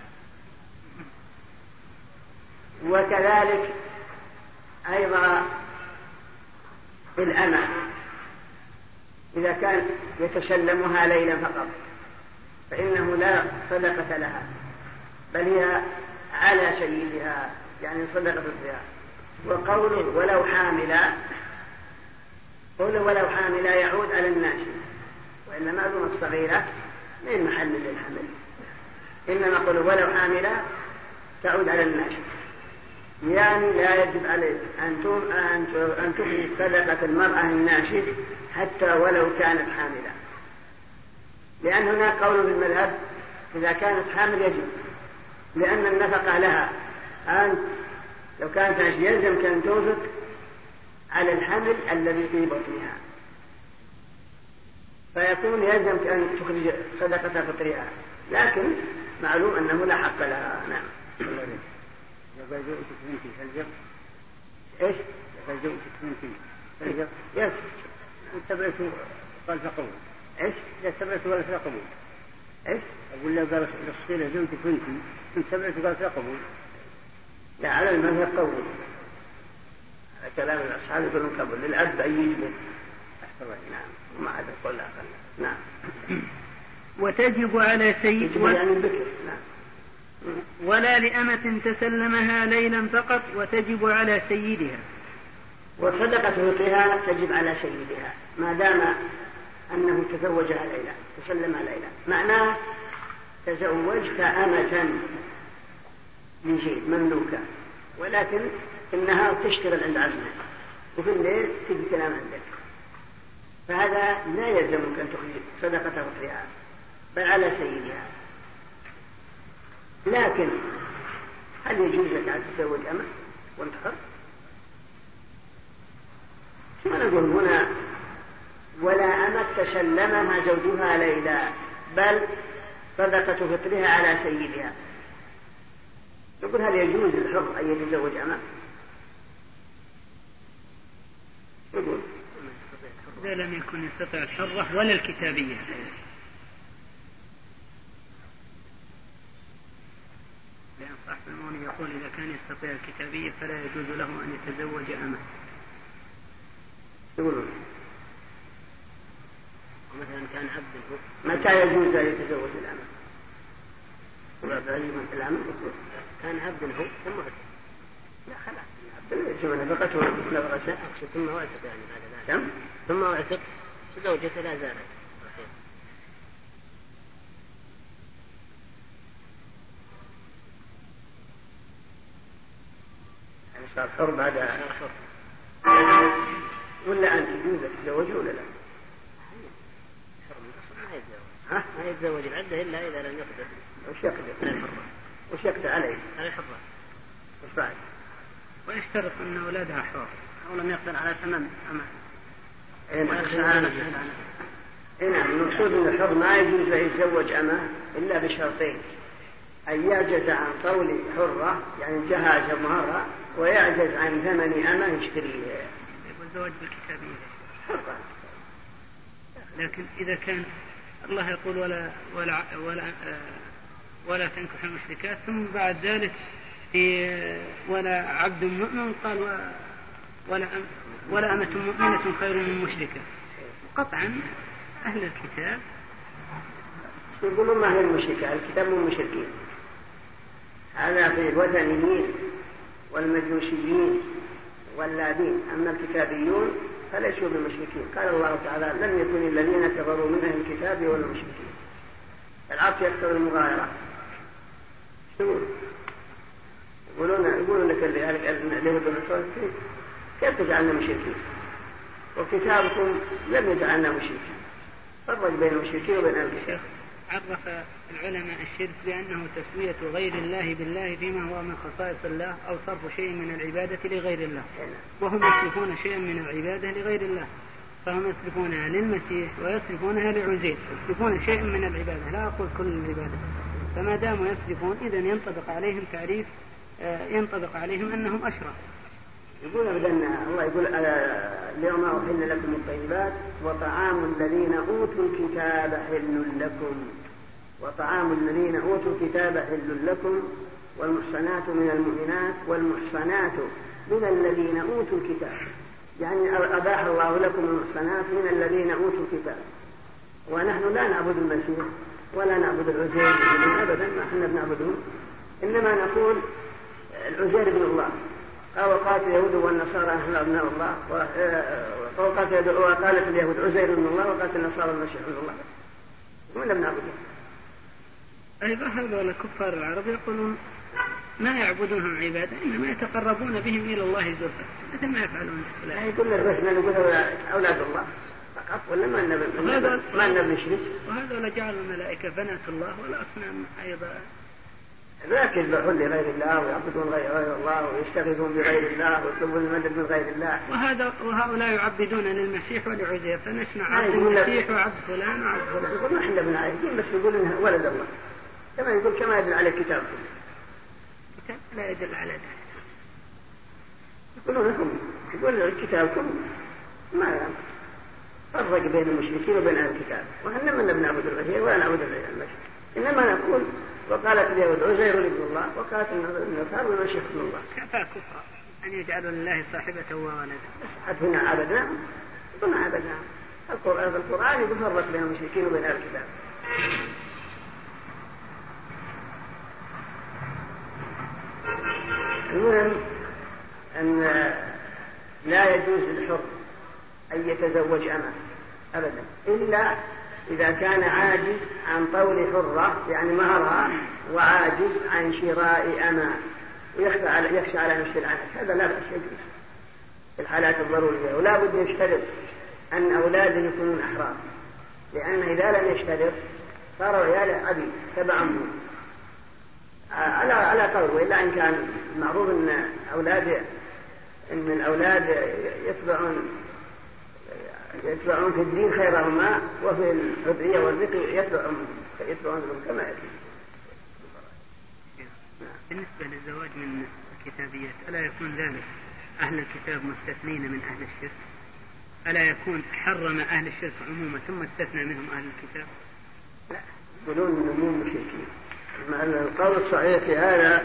وكذلك أيضا الأمة إذا كان يتسلمها ليلا فقط فإنه لا صدقة لها، بل هي على سيدها، يعني صدقة فيها. وقوله ولو حاملا، قوله ولو حاملا يعود على الناشئ، وإلا معلومة الصغيرة من محل للحمل، إنما قوله ولو حاملا تعود على الناشئ، يعني لا يجب عليك أن تخرج صدقة المرأة الناشئ حتى ولو كانت حاملة، لأن هناك قول في المذهب إذا كانت حامل يجب، لأن النفقة لها. أنت لو كانت ناشئة يلزمك أن تنفق على الحمل الذي في بطنها، فيكون يلزمك أن تخرج صدقة فطرها، لكن معلوم أنه لا حق لها. نعم. إذا زوجتك بنتي تلزم؟ إيش؟ إذا زوجتك بنتي تلزم؟ يس. استبعت قال فقبول. إيش؟ إذا استبعت ولا فقبول. إيش؟ أقول له قال الصغيرة زوجتك بنتي استبعت قال فقبول. لا، على المذهب قول، على كلام الأصحاب يقولون قبول للأب أن يجبر. نعم. وما عدا قول آخر. نعم. وتجب على سيد و... يعني البكر. نعم. ولا لأمة تسلمها ليلا فقط، وتجب على سيدها. وصدقة فطرها تجب على سيدها ما دام أنه تزوجها ليلا، تسلمها ليلا، معناه تزوجت أمة لشيء مملوكة، ولكن النهار تشتغل عند عزمها وفي الليل تجي كلام عندك، فهذا لا يلزمك أن تخرج صدقة فطرها بل على سيدها. لكن هل يجوز لك أن تتزوج أمة وانت حر؟ ثم نقول هنا ولا أمة تسلمها زوجها ليلا، بل صدقة فطرها على سيدها. نقول هل يجوز للحر أن يتزوج أمة؟ نقول إذا لم يكن يستطيع الحرة ولا الكتابية. لأن صاحب المغني يقول إذا كان يستطيع الكتابية فلا يجوز له أن يتزوج أمه. يقولون مثلا كان عبد متى يجوز أن يتزوج الأمة؟ الأمة كان عبد هو ثم عتق. لا خلاص شو نفقته نفقته لا أقصد ثم عتق يعني بعد ذلك. كم؟ ثم عتق زوجته لا زالت. يعني صار حر بعد حر. ولا أنت يجوز تتزوج ولا لا؟ ها؟ ما يتزوج العدة إلا إذا لم يقدر. وش يقدر؟ على الحرة. وش يقدر عليه؟ على الحرة. وش بعد؟ ويشترط أن أولادها حر أو لم يقدر على ثمن أمان. إيه نعم. المقصود أن الحر ما يجوز يتزوج أمه إلا بشرطين: أن يعجز عن طول حرة يعني جهاز مهرة، ويعجز عن ثمن أمه يشتريها. والزواج بالكتابية حرة. لكن إذا كان الله يقول ولا ولا ولا ولا تنكح المشركات، ثم بعد ذلك في ولا عبد مؤمن قال ولا ولا أمة مؤمنة خير من مشركة. قطعا أهل الكتاب يقولون ما هي المشركة، الكتاب من المشركين. هذا في الوثنيين والمجوسيين واللادين. أما الكتابيون فليسوا بالمشركين. قال الله تعالى: لم يكن الذين كفروا من أهل الكتاب ولا المشركين. العطف يكثر المغايرة. يقولون يقولون لك اليهود والنصارى كيف تجعلنا مشركين؟ وكتابكم لم يجعلنا مشركين. فرق بين المشركين وبين أهل الكتاب. عرف العلماء الشرك بأنه تسوية غير الله بالله فيما هو من خصائص الله، أو صرف شيء من العبادة لغير الله، وهم يصرفون شيئا من العبادة لغير الله، فهم يصرفونها للمسيح ويصرفونها لعزيز، يصرفون شيئا من العبادة، لا أقول كل العبادة. فما داموا يصرفون إذن ينطبق عليهم تعريف ينطبق عليهم أنهم أشرف. يقول أبداً الله يقول: اليوم أحل لكم الطيبات وطعام الذين أوتوا الكتاب حل لكم وطعام الذين أوتوا الكتاب حل لكم والمحصنات من المؤمنات والمحصنات من الذين أوتوا الكتاب، يعني أباح الله لكم المحصنات من الذين أوتوا الكتاب. ونحن لا نعبد المسيح ولا نعبد العزير أبدا، ما احنا بنعبدهم، إنما نقول العزير ابن الله. وقالت اليهود والنصارى نحن أبناء الله، وقالت اليهود عزير ابن الله، وقالت النصارى المسيح ابن الله. ولا بنعبده. أيضا هذول كفار العرب يقولون ما يعبدونهم عبادة، إنما يتقربون بهم إلى الله زلفى، مثل ما يفعلون. لا يقول لك بس نقول أولاد الله فقط، ولا ما النبي ما النبي نشرك. وهذول جعلوا الملائكة بنات الله والأصنام أيضا. لكن يذبحون لغير الله ويعبدون غير الله ويشتغلون بغير الله ويطلبون المدد من غير الله. وهذا وهؤلاء يعبدون للمسيح ولعزير، فنسمع عبد المسيح وعبد فلان وعبد فلان. يقول ما احنا بنعرفين، بس يقول انها ولد الله، كما يقول كما يدل على الكتاب. الكتاب لا يدل على ذلك. يقولون لكم يقول كتابكم ما فرق بين المشركين وبين اهل الكتاب، وإحنا ما نعبد العزير ولا نعبد المسيح، انما نقول وقالت اليهود عزير ابن الله، وقالت النصارى المسيح ابن الله. كفى كفر أن يجعلوا لله صاحبة وولدا. حتى هنا عبدنا قلنا عبدنا. القرآن القرآن يفرق بين المشركين وبين أهل الكتاب. المهم أن لا يجوز للحر أن يتزوج أمه أبدا، إلا إذا كان عاجز عن طول حرة يعني مهرها، وعاجز عن شراء أمة ويخشى على يخشى على نفس العنت، هذا لا بأس يجوز في الحالات الضرورية. ولا بد يشترط أن أولاده يكونون أحرار، لأن إذا لم يشترط صاروا عياله عبيد تبع أمه على على قول. وإلا إن كان معروف أن أولاد أن الأولاد يتبعون يتبعون في الدين خيرهما، وفي الحرية والذكر يتبعون يتبعون كما يأتي. بالنسبة للزواج من الكتابيات ألا يكون ذلك أهل الكتاب مستثنين من أهل الشرك؟ ألا يكون حرم أهل الشرك عموما ثم استثنى منهم أهل الكتاب؟ لا، يقولون أنهم مشركين. القول الصحيح في هذا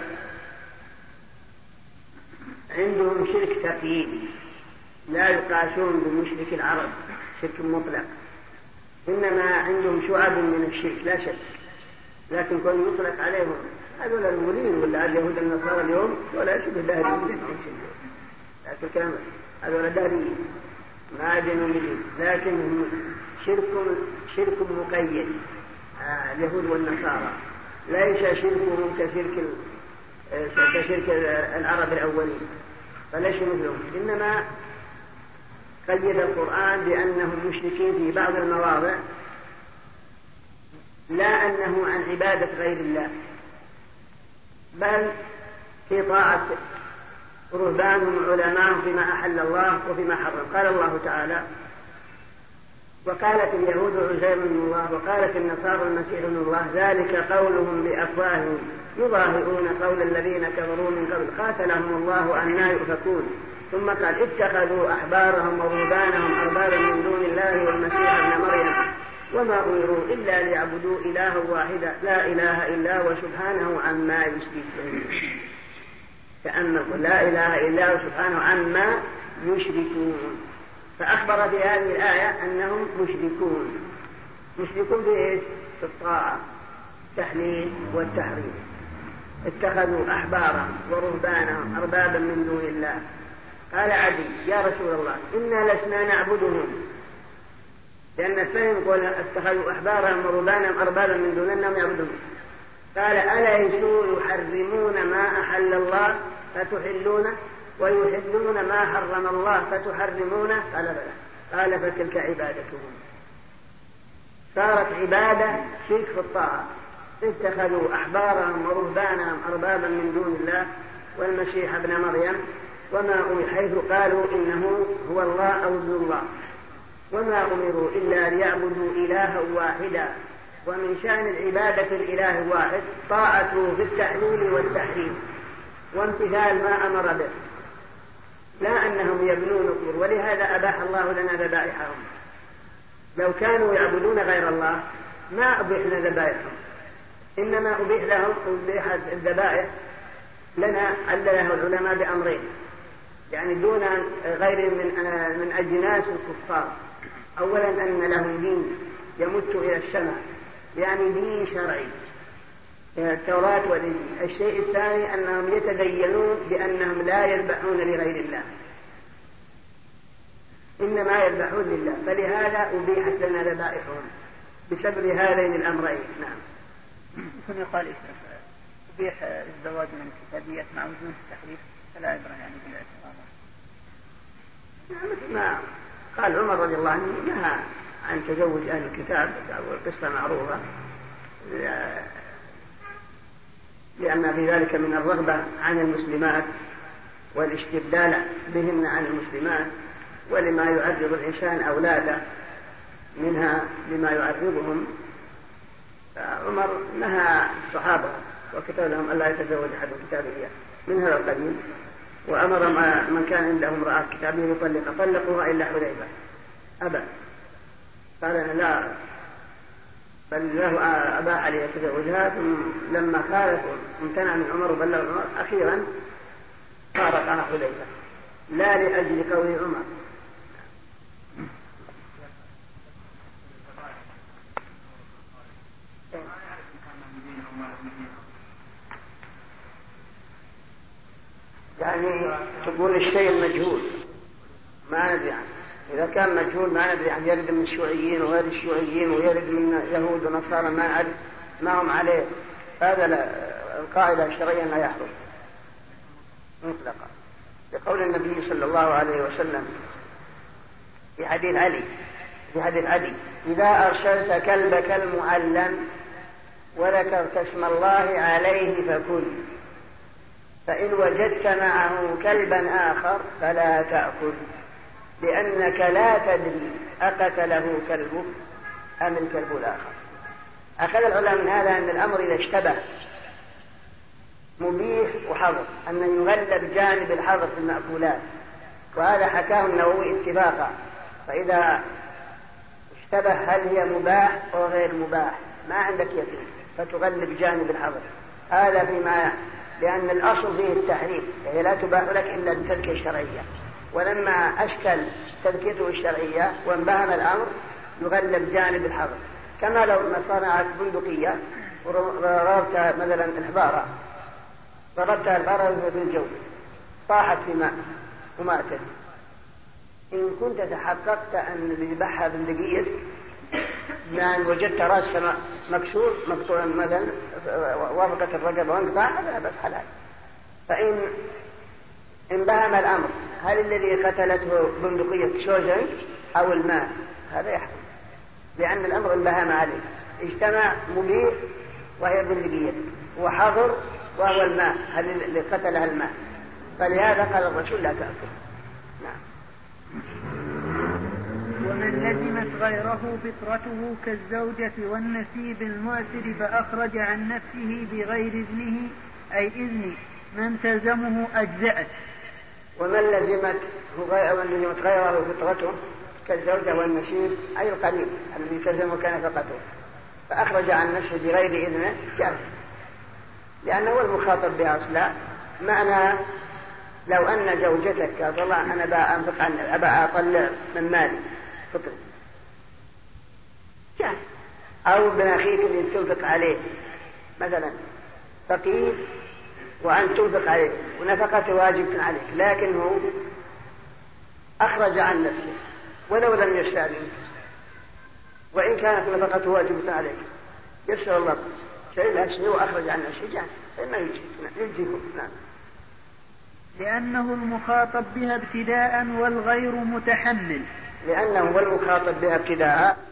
عندهم شرك تقييدي لا يقاسون بمشرك العرب شرك مطلق، إنما عندهم شعب من الشرك لا شك، لكن كون يطلق عليهم هذول المولين ولا اليهود النصارى اليوم ولا شبه دهريين، لكن كامل هذول دهريين ما دينهم ملين، لكن شرك شرك مقيد. آه اليهود والنصارى ليس شركهم كشرك كشرك العرب الأولين، فليس مثلهم، إنما قيد القرآن بأنهم مشركين في بعض المواضع، لا أنه عن عبادة غير الله، بل في طاعة رهبانهم وعلمائهم فيما أحل الله وفيما حرم. قال الله تعالى: وقالت اليهود عزير بن الله وقالت النصارى المسيح ابن الله ذلك قولهم بأفواههم يظاهرون قول الذين كفروا من قبل قاتلهم الله أنى يؤفكون. ثم قال: اتخذوا أحبارهم ورهبانهم أربابا من دون الله والمسيح ابن مريم وما أمروا إلا ليعبدوا إلها واحدا لا إله إلا هو سبحانه عما يشركون. تأملوا، لا إله إلا هو سبحانه عما يشركون. فأخبر في هذه الآية أنهم مشركون. مشركون بإيش؟ في الطاعة، التحليل والتحريم. اتخذوا أحبارهم ورهبانهم أربابا من دون الله. قال عدي: يا رسول الله إنا لسنا نعبدهم، لأن الفهم يقول اتخذوا أحبارهم ورهبانهم أربابا من دون أنهم يعبدون. قال: أليسوا يحرمون ما أحل الله فتحلونه ويحلون ما حرم الله فتحرمونه؟ قال: بلى. قال: فتلك عبادتهم. صارت عبادة شرك في الطاعة. اتخذوا أحبارهم ورهبانهم أربابا من دون الله والمسيح ابن مريم وما أمروا، حيث قالوا إنه هو الله أو ابن الله، وما أمروا إلا ليعبدوا إلها واحدا. ومن شأن العبادة الإله واحد طاعته في التحليل والتحريم وامتثال ما أمر به، لا أنهم يبنون قبور. ولهذا أباح الله لنا ذبائحهم. لو كانوا يعبدون غير الله ما أبيحنا ذبائحهم، إنما أبيح لهم أبيحت الذبائح لنا علله العلماء بأمرين، يعني دون غير من من أجناس الكفار. أولا أن لهم دين يمت إلى السماء، يعني دين شرعي، التوراة والإنجيل. الشيء الثاني أنهم يتدينون بأنهم لا يذبحون لغير الله، إنما يذبحون لله، فلهذا أبيحت لنا ذبائحهم بسبب هذين الأمرين. نعم. ثم يقال أبيح الزواج من الكتابيات مع وجود التحريف فلا عبرة يعني بالاعتبار. مثل ما قال عمر رضي الله عنه نهى عن تزوج أهل الكتاب، والقصة معروفة، لأن في ذلك من الرغبة عن المسلمات والاستبدال بهن عن المسلمات، ولما يعرض الإنسان أولاده منها لما يعرضهم. عمر نهى الصحابة وكتب لهم ألا يتزوج أحد كتابية من هذا القبيل، وأمر من كان عنده امرأة كتابية يطلق طلقوها إلا حذيفة أبى، قال أنا لا، بل له أباح عليه يتزوجها. ثم لما خالفوا امتنع من عمر وبلغ عمر، أخيرا فارقها حذيفة لا لأجل قول عمر. يعني تقول الشيء المجهول ما ندري عنه، إذا كان مجهول ما ندري عنه، يرد من الشيوعيين وغير الشيوعيين ويرد من يهود ونصارى ما نعرف ما هم عليه، هذا القاعدة الشرعية لا يحضر مطلقا، بقول النبي صلى الله عليه وسلم في حديث علي في حديث علي إذا أرسلت كلبك المعلم وذكرت اسم الله عليه فكل، فإن وجدت معه كلبا آخر فلا تأكل، لأنك لا تدري أقتله كلبك أم الكلب الآخر. أخذ العلماء من هذا أن الأمر إذا اشتبه مبيح وحظر، أن يغلب جانب الحظر في المأكولات، وهذا حكاه النووي اتفاقا فإذا اشتبه هل هي مباح أو غير مباح ما عندك يقين فتغلب جانب الحظر. هذا فيما لأن الأصل فيه التحريم، هي لا تباح لك إلا بالتذكية الشرعية، ولما أشكل تذكيته الشرعية وانبهم الأمر يغلب جانب الحظر. كما لو صنعت بندقية وضربت مثلا الحبارة ضربتها الحبارة بالجو طاحت في ماء وماتت، إن كنت تحققت أن اللي ذبحها بندقية لأن وجدت رأسها مكسور مقطوع مثلا وافقت الرقبة وانقطع هذا بس حلال. فإن انبهم الأمر هل الذي قتلته بندقية شوجن أو الماء هذا يحكم، لأن الأمر انبهم عليه، اجتمع مبيح وهي بندقية وحظر وهو الماء هل اللي قتلها الماء، فلهذا قال الرسول لا تأكل. نعم. ومن لزمت غيره فطرته كالزوجة والنسيب المؤثر فأخرج عن نفسه بغير إذنه أي إذن من تلزمه أجزأت. ومن لزمت غيره فطرته كالزوجة والنسيب أي القريب الذي تلزمه كان فقته فأخرج عن نفسه بغير إذنه جاز، لأنه هو المخاطب بها أصلا. معنى لو أن زوجتك قالت الله أنا بقى أنفق عنك أبقى أطلع من مالي فطر جاز، أو ابن أخيك اللي تنفق عليه مثلا فقير وأن تنفق عليه ونفقته واجبة عليك، لكنه أخرج عن نفسه ولو لم يستأذن، وإن كانت نفقته واجبة عليك يسر الله شيء لا شيء وأخرج عن نفسه جاز فإنه يجيكم. نعم. لأنه المخاطب بها ابتداء والغير متحمل. لأنه هو المخاطب بها ابتداء